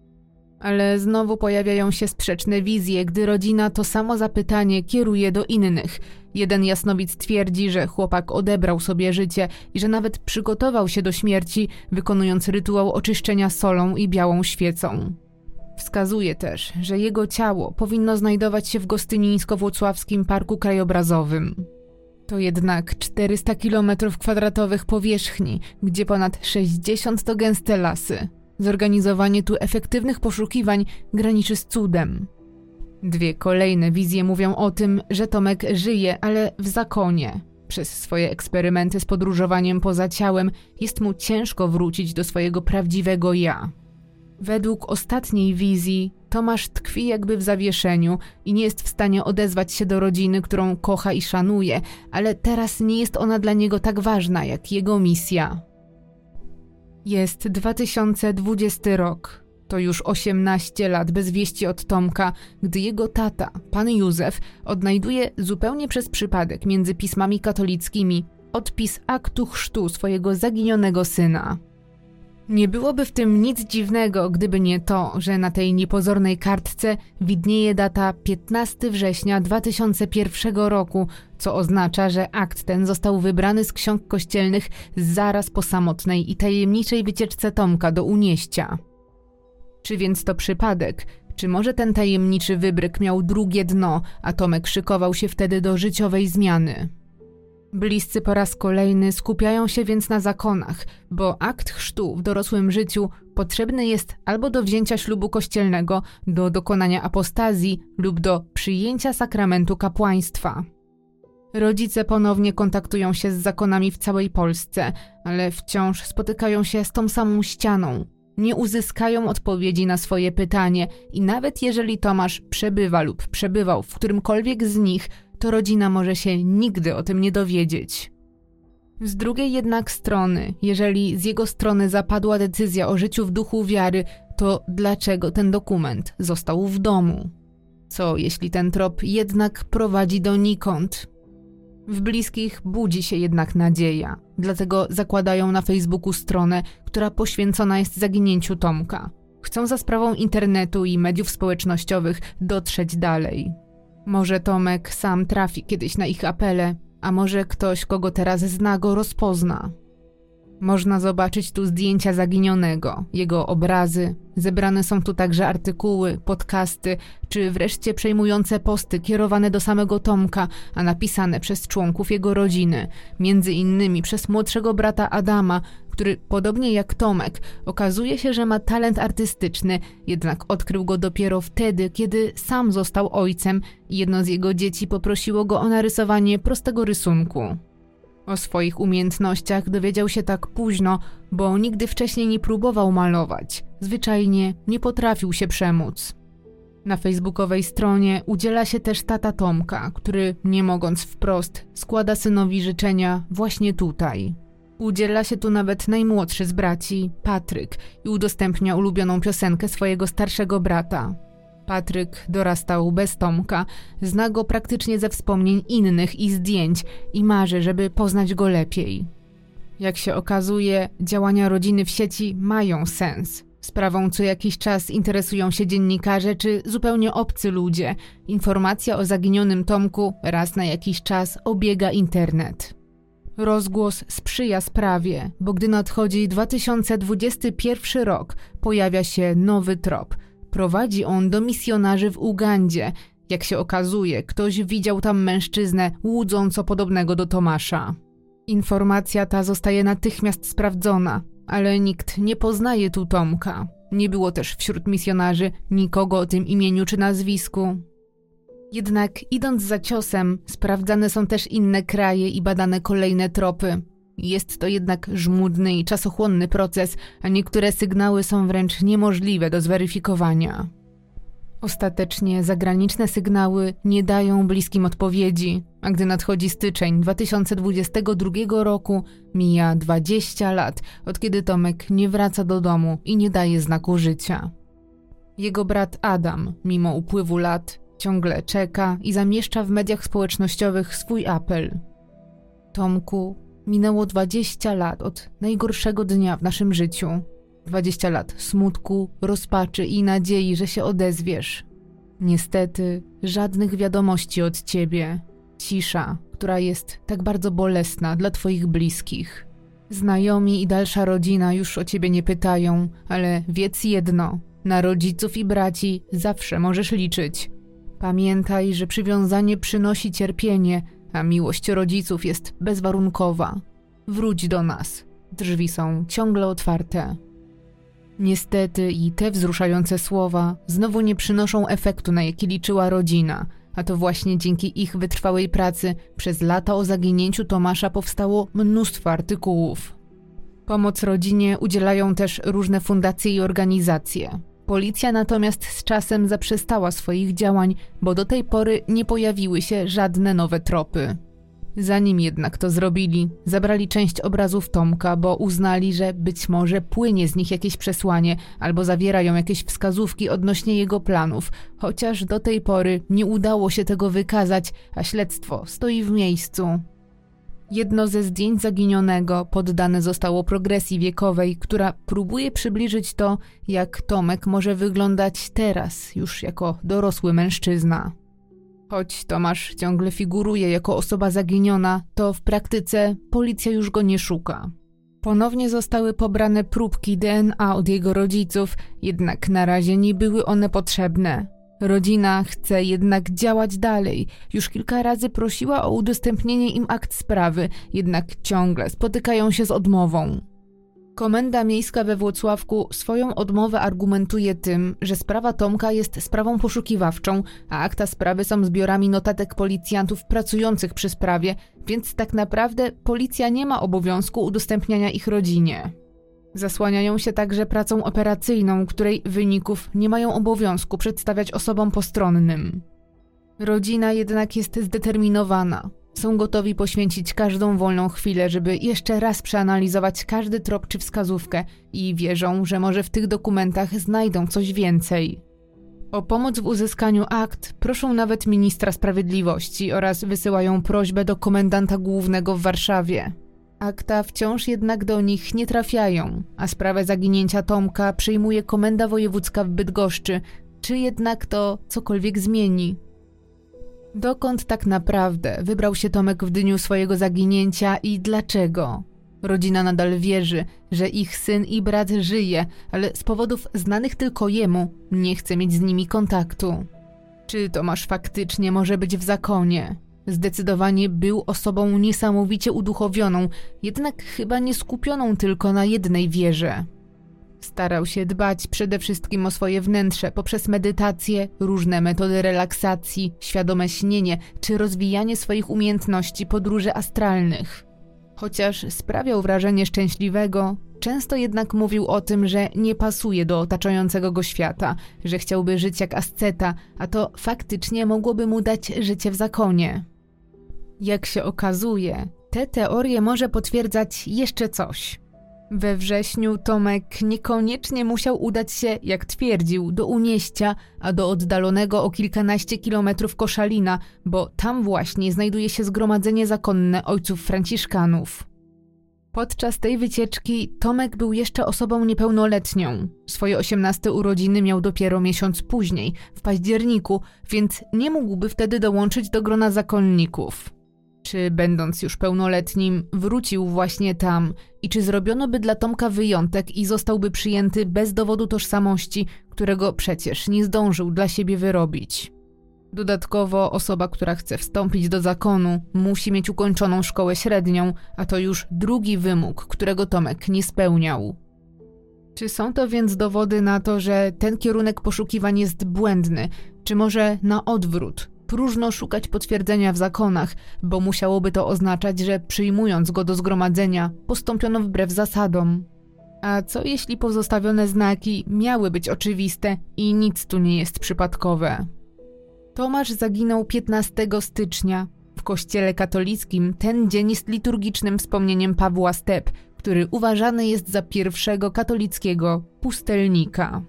Ale znowu pojawiają się sprzeczne wizje, gdy rodzina to samo zapytanie kieruje do innych. Jeden jasnowidz twierdzi, że chłopak odebrał sobie życie i że nawet przygotował się do śmierci, wykonując rytuał oczyszczenia solą i białą świecą. Wskazuje też, że jego ciało powinno znajdować się w Gostynińsko-Włocławskim Parku Krajobrazowym. To jednak czterysta kilometrów kwadratowych powierzchni, gdzie ponad sześćdziesiąt to gęste lasy. Zorganizowanie tu efektywnych poszukiwań graniczy z cudem. Dwie kolejne wizje mówią o tym, że Tomek żyje, ale w zakonie. Przez swoje eksperymenty z podróżowaniem poza ciałem jest mu ciężko wrócić do swojego prawdziwego ja. Według ostatniej wizji Tomasz tkwi jakby w zawieszeniu i nie jest w stanie odezwać się do rodziny, którą kocha i szanuje, ale teraz nie jest ona dla niego tak ważna jak jego misja. Jest dwa tysiące dwudziesty rok. To już osiemnaście lat bez wieści od Tomka, gdy jego tata, pan Józef, odnajduje zupełnie przez przypadek między pismami katolickimi odpis aktu chrztu swojego zaginionego syna. Nie byłoby w tym nic dziwnego, gdyby nie to, że na tej niepozornej kartce widnieje data piętnastego września dwa tysiące pierwszego roku, co oznacza, że akt ten został wybrany z ksiąg kościelnych zaraz po samotnej i tajemniczej wycieczce Tomka do Unieścia. Czy więc to przypadek? Czy może ten tajemniczy wybryk miał drugie dno, a Tomek szykował się wtedy do życiowej zmiany? Bliscy po raz kolejny skupiają się więc na zakonach, bo akt chrztu w dorosłym życiu potrzebny jest albo do wzięcia ślubu kościelnego, do dokonania apostazji lub do przyjęcia sakramentu kapłaństwa. Rodzice ponownie kontaktują się z zakonami w całej Polsce, ale wciąż spotykają się z tą samą ścianą. Nie uzyskają odpowiedzi na swoje pytanie i nawet jeżeli Tomasz przebywa lub przebywał w którymkolwiek z nich, to rodzina może się nigdy o tym nie dowiedzieć. Z drugiej jednak strony, jeżeli z jego strony zapadła decyzja o życiu w duchu wiary, to dlaczego ten dokument został w domu? Co jeśli ten trop jednak prowadzi donikąd? W bliskich budzi się jednak nadzieja, dlatego zakładają na Facebooku stronę, która poświęcona jest zaginięciu Tomka. Chcą za sprawą internetu i mediów społecznościowych dotrzeć dalej. Może Tomek sam trafi kiedyś na ich apele, a może ktoś, kogo teraz zna, go rozpozna. Można zobaczyć tu zdjęcia zaginionego, jego obrazy. Zebrane są tu także artykuły, podcasty, czy wreszcie przejmujące posty kierowane do samego Tomka, a napisane przez członków jego rodziny, między innymi przez młodszego brata Adama, który podobnie jak Tomek okazuje się, że ma talent artystyczny, jednak odkrył go dopiero wtedy, kiedy sam został ojcem i jedno z jego dzieci poprosiło go o narysowanie prostego rysunku. O swoich umiejętnościach dowiedział się tak późno, bo nigdy wcześniej nie próbował malować. Zwyczajnie nie potrafił się przemóc. Na facebookowej stronie udziela się też tata Tomka, który, nie mogąc wprost, składa synowi życzenia właśnie tutaj. Udziela się tu nawet najmłodszy z braci, Patryk, i udostępnia ulubioną piosenkę swojego starszego brata. Patryk dorastał bez Tomka, zna go praktycznie ze wspomnień innych i zdjęć i marzy, żeby poznać go lepiej. Jak się okazuje, działania rodziny w sieci mają sens. Sprawą co jakiś czas interesują się dziennikarze czy zupełnie obcy ludzie. Informacja o zaginionym Tomku raz na jakiś czas obiega internet. Rozgłos sprzyja sprawie, bo gdy nadchodzi dwa tysiące dwudziesty pierwszy rok, pojawia się nowy trop. Prowadzi on do misjonarzy w Ugandzie. Jak się okazuje, ktoś widział tam mężczyznę łudząco podobnego do Tomasza. Informacja ta zostaje natychmiast sprawdzona, ale nikt nie poznaje tu Tomka. Nie było też wśród misjonarzy nikogo o tym imieniu czy nazwisku. Jednak idąc za ciosem, sprawdzane są też inne kraje i badane kolejne tropy. Jest to jednak żmudny i czasochłonny proces, a niektóre sygnały są wręcz niemożliwe do zweryfikowania. Ostatecznie zagraniczne sygnały nie dają bliskim odpowiedzi, a gdy nadchodzi styczeń dwa tysiące dwudziestego drugiego roku, mija dwadzieścia lat, od kiedy Tomek nie wraca do domu i nie daje znaku życia. Jego brat Adam, mimo upływu lat, ciągle czeka i zamieszcza w mediach społecznościowych swój apel. Tomku, minęło dwadzieścia lat od najgorszego dnia w naszym życiu. dwadzieścia lat smutku, rozpaczy i nadziei, że się odezwiesz. Niestety, żadnych wiadomości od ciebie. Cisza, która jest tak bardzo bolesna dla twoich bliskich. Znajomi i dalsza rodzina już o ciebie nie pytają, ale wiedz jedno, na rodziców i braci zawsze możesz liczyć. Pamiętaj, że przywiązanie przynosi cierpienie, a miłość rodziców jest bezwarunkowa. Wróć do nas. Drzwi są ciągle otwarte. Niestety i te wzruszające słowa znowu nie przynoszą efektu, na jaki liczyła rodzina, a to właśnie dzięki ich wytrwałej pracy przez lata o zaginięciu Tomasza powstało mnóstwo artykułów. Pomoc rodzinie udzielają też różne fundacje i organizacje. Policja natomiast z czasem zaprzestała swoich działań, bo do tej pory nie pojawiły się żadne nowe tropy. Zanim jednak to zrobili, zabrali część obrazów Tomka, bo uznali, że być może płynie z nich jakieś przesłanie albo zawierają jakieś wskazówki odnośnie jego planów, chociaż do tej pory nie udało się tego wykazać, a śledztwo stoi w miejscu. Jedno ze zdjęć zaginionego poddane zostało progresji wiekowej, która próbuje przybliżyć to, jak Tomek może wyglądać teraz, już jako dorosły mężczyzna. Choć Tomasz ciągle figuruje jako osoba zaginiona, to w praktyce policja już go nie szuka. Ponownie zostały pobrane próbki D N A od jego rodziców, jednak na razie nie były one potrzebne. Rodzina chce jednak działać dalej. Już kilka razy prosiła o udostępnienie im akt sprawy, jednak ciągle spotykają się z odmową. Komenda Miejska we Włocławku swoją odmowę argumentuje tym, że sprawa Tomka jest sprawą poszukiwawczą, a akta sprawy są zbiorami notatek policjantów pracujących przy sprawie, więc tak naprawdę policja nie ma obowiązku udostępniania ich rodzinie. Zasłaniają się także pracą operacyjną, której wyników nie mają obowiązku przedstawiać osobom postronnym. Rodzina jednak jest zdeterminowana. Są gotowi poświęcić każdą wolną chwilę, żeby jeszcze raz przeanalizować każdy trop czy wskazówkę i wierzą, że może w tych dokumentach znajdą coś więcej. O pomoc w uzyskaniu akt proszą nawet ministra sprawiedliwości oraz wysyłają prośbę do komendanta głównego w Warszawie. Akta wciąż jednak do nich nie trafiają, a sprawę zaginięcia Tomka przyjmuje Komenda Wojewódzka w Bydgoszczy. Czy jednak to cokolwiek zmieni? Dokąd tak naprawdę wybrał się Tomek w dniu swojego zaginięcia i dlaczego? Rodzina nadal wierzy, że ich syn i brat żyje, ale z powodów znanych tylko jemu nie chce mieć z nimi kontaktu. Czy Tomasz faktycznie może być w zakonie? Zdecydowanie był osobą niesamowicie uduchowioną, jednak chyba nie skupioną tylko na jednej wierze. Starał się dbać przede wszystkim o swoje wnętrze poprzez medytację, różne metody relaksacji, świadome śnienie czy rozwijanie swoich umiejętności podróży astralnych. Chociaż sprawiał wrażenie szczęśliwego, często jednak mówił o tym, że nie pasuje do otaczającego go świata, że chciałby żyć jak asceta, a to faktycznie mogłoby mu dać życie w zakonie. Jak się okazuje, te teorie może potwierdzać jeszcze coś. We wrześniu Tomek niekoniecznie musiał udać się, jak twierdził, do Unieścia, a do oddalonego o kilkanaście kilometrów Koszalina, bo tam właśnie znajduje się zgromadzenie zakonne ojców franciszkanów. Podczas tej wycieczki Tomek był jeszcze osobą niepełnoletnią. Swoje osiemnaste urodziny miał dopiero miesiąc później, w październiku, więc nie mógłby wtedy dołączyć do grona zakonników. Czy będąc już pełnoletnim wrócił właśnie tam i czy zrobiono by dla Tomka wyjątek i zostałby przyjęty bez dowodu tożsamości, którego przecież nie zdążył dla siebie wyrobić. Dodatkowo osoba, która chce wstąpić do zakonu, musi mieć ukończoną szkołę średnią, a to już drugi wymóg, którego Tomek nie spełniał. Czy są to więc dowody na to, że ten kierunek poszukiwań jest błędny, czy może na odwrót? Próżno szukać potwierdzenia w zakonach, bo musiałoby to oznaczać, że przyjmując go do zgromadzenia, postąpiono wbrew zasadom. A co jeśli pozostawione znaki miały być oczywiste i nic tu nie jest przypadkowe? Tomasz zaginął piętnastego stycznia. W kościele katolickim ten dzień jest liturgicznym wspomnieniem Pawła Step, który uważany jest za pierwszego katolickiego pustelnika.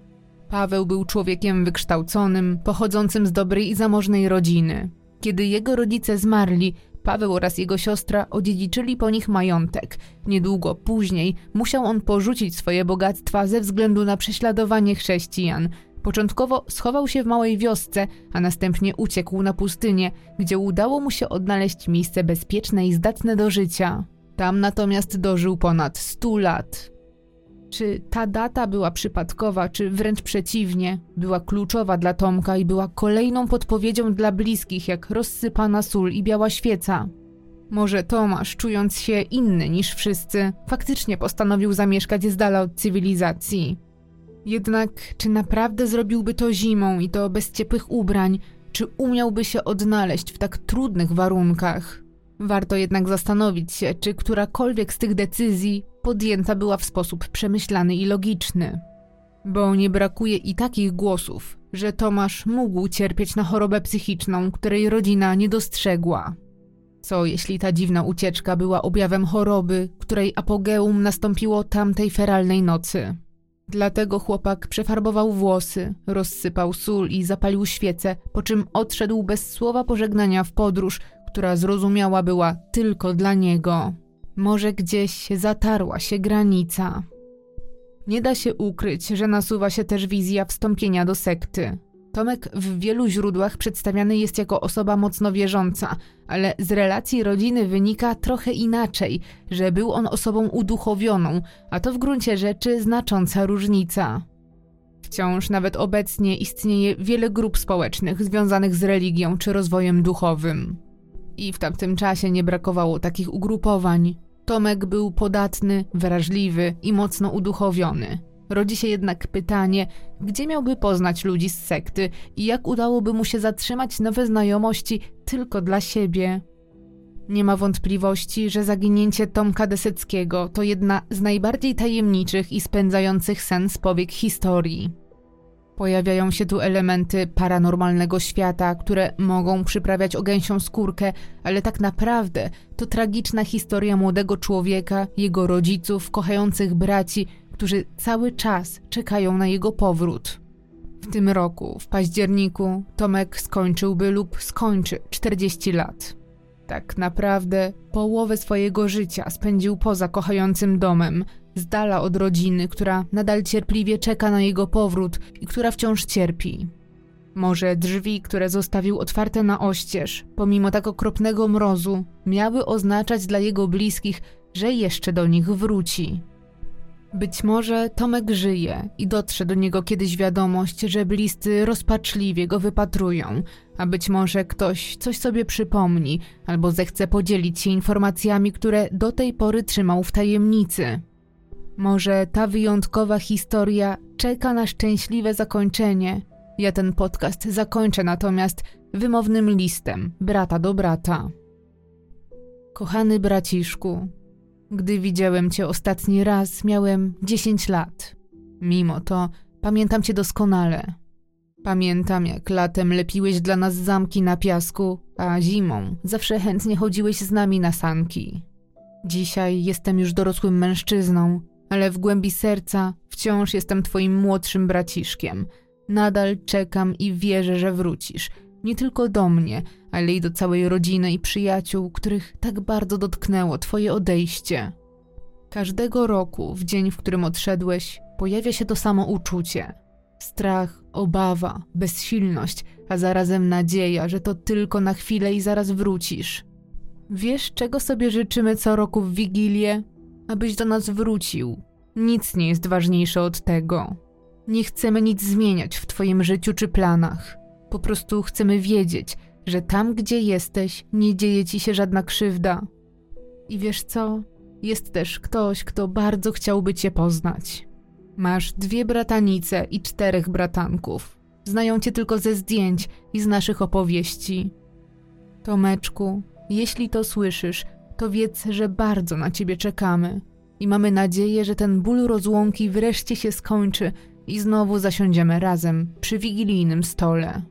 Paweł był człowiekiem wykształconym, pochodzącym z dobrej i zamożnej rodziny. Kiedy jego rodzice zmarli, Paweł oraz jego siostra odziedziczyli po nich majątek. Niedługo później musiał on porzucić swoje bogactwa ze względu na prześladowanie chrześcijan. Początkowo schował się w małej wiosce, a następnie uciekł na pustynię, gdzie udało mu się odnaleźć miejsce bezpieczne i zdatne do życia. Tam natomiast dożył ponad stu lat. Czy ta data była przypadkowa, czy wręcz przeciwnie, była kluczowa dla Tomka i była kolejną podpowiedzią dla bliskich, jak rozsypana sól i biała świeca? Może Tomasz, czując się inny niż wszyscy, faktycznie postanowił zamieszkać z dala od cywilizacji. Jednak czy naprawdę zrobiłby to zimą i to bez ciepłych ubrań? Czy umiałby się odnaleźć w tak trudnych warunkach? Warto jednak zastanowić się, czy którakolwiek z tych decyzji podjęta była w sposób przemyślany i logiczny. Bo nie brakuje i takich głosów, że Tomasz mógł cierpieć na chorobę psychiczną, której rodzina nie dostrzegła. Co jeśli ta dziwna ucieczka była objawem choroby, której apogeum nastąpiło tamtej feralnej nocy? Dlatego chłopak przefarbował włosy, rozsypał sól i zapalił świecę, po czym odszedł bez słowa pożegnania w podróż, która zrozumiała była tylko dla niego. Może gdzieś zatarła się granica. Nie da się ukryć, że nasuwa się też wizja wstąpienia do sekty. Tomek w wielu źródłach przedstawiany jest jako osoba mocno wierząca, ale z relacji rodziny wynika trochę inaczej, że był on osobą uduchowioną, a to w gruncie rzeczy znacząca różnica. Wciąż nawet obecnie istnieje wiele grup społecznych związanych z religią czy rozwojem duchowym. I w tamtym czasie nie brakowało takich ugrupowań. Tomek był podatny, wrażliwy i mocno uduchowiony. Rodzi się jednak pytanie, gdzie miałby poznać ludzi z sekty i jak udałoby mu się zatrzymać nowe znajomości tylko dla siebie. Nie ma wątpliwości, że zaginięcie Tomka Deseckiego to jedna z najbardziej tajemniczych i spędzających sens powiek historii. Pojawiają się tu elementy paranormalnego świata, które mogą przyprawiać o gęsią skórkę, ale tak naprawdę to tragiczna historia młodego człowieka, jego rodziców, kochających braci, którzy cały czas czekają na jego powrót. W W tym roku, w październiku, Tomek skończyłby lub skończy czterdzieści lat. Tak naprawdę połowę swojego życia spędził poza kochającym domem, z dala od rodziny, która nadal cierpliwie czeka na jego powrót i która wciąż cierpi. Może drzwi, które zostawił otwarte na oścież, pomimo tak okropnego mrozu, miały oznaczać dla jego bliskich, że jeszcze do nich wróci. Być może Tomek żyje i dotrze do niego kiedyś wiadomość, że bliscy rozpaczliwie go wypatrują, a być może ktoś coś sobie przypomni albo zechce podzielić się informacjami, które do tej pory trzymał w tajemnicy. Może ta wyjątkowa historia czeka na szczęśliwe zakończenie. Ja ten podcast zakończę natomiast wymownym listem brata do brata. Kochany braciszku, gdy widziałem cię ostatni raz, miałem dziesięć lat. Mimo to pamiętam cię doskonale. Pamiętam, jak latem lepiłeś dla nas zamki na piasku, a zimą zawsze chętnie chodziłeś z nami na sanki. Dzisiaj jestem już dorosłym mężczyzną, ale w głębi serca wciąż jestem twoim młodszym braciszkiem. Nadal czekam i wierzę, że wrócisz. Nie tylko do mnie, ale i do całej rodziny i przyjaciół, których tak bardzo dotknęło twoje odejście. Każdego roku, w dzień, w którym odszedłeś, pojawia się to samo uczucie. Strach, obawa, bezsilność, a zarazem nadzieja, że to tylko na chwilę i zaraz wrócisz. Wiesz, czego sobie życzymy co roku w Wigilię? Abyś do nas wrócił. Nic nie jest ważniejsze od tego. Nie chcemy nic zmieniać w twoim życiu czy planach. Po prostu chcemy wiedzieć, że tam, gdzie jesteś, nie dzieje ci się żadna krzywda. I wiesz co? Jest też ktoś, kto bardzo chciałby cię poznać. Masz dwie bratanice i czterech bratanków. Znają cię tylko ze zdjęć i z naszych opowieści. Tomeczku, jeśli to słyszysz, to wiedz, że bardzo na ciebie czekamy. I mamy nadzieję, że ten ból rozłąki wreszcie się skończy i znowu zasiądziemy razem przy wigilijnym stole.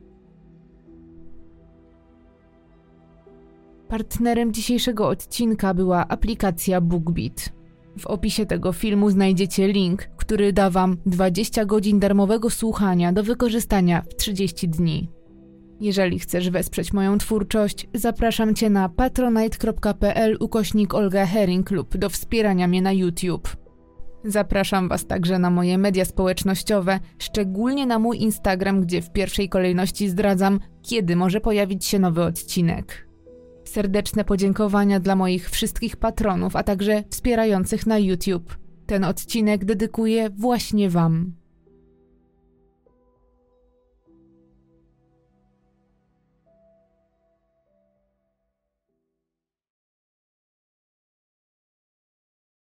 Partnerem dzisiejszego odcinka była aplikacja BookBeat. W opisie tego filmu znajdziecie link, który da wam dwadzieścia godzin darmowego słuchania do wykorzystania w trzydzieści dni. Jeżeli chcesz wesprzeć moją twórczość, zapraszam cię na patronite.pl ukośnik Olga Herring lub do wspierania mnie na YouTube. Zapraszam was także na moje media społecznościowe, szczególnie na mój Instagram, gdzie w pierwszej kolejności zdradzam, kiedy może pojawić się nowy odcinek. Serdeczne podziękowania dla moich wszystkich patronów, a także wspierających na YouTube. Ten odcinek dedykuję właśnie wam.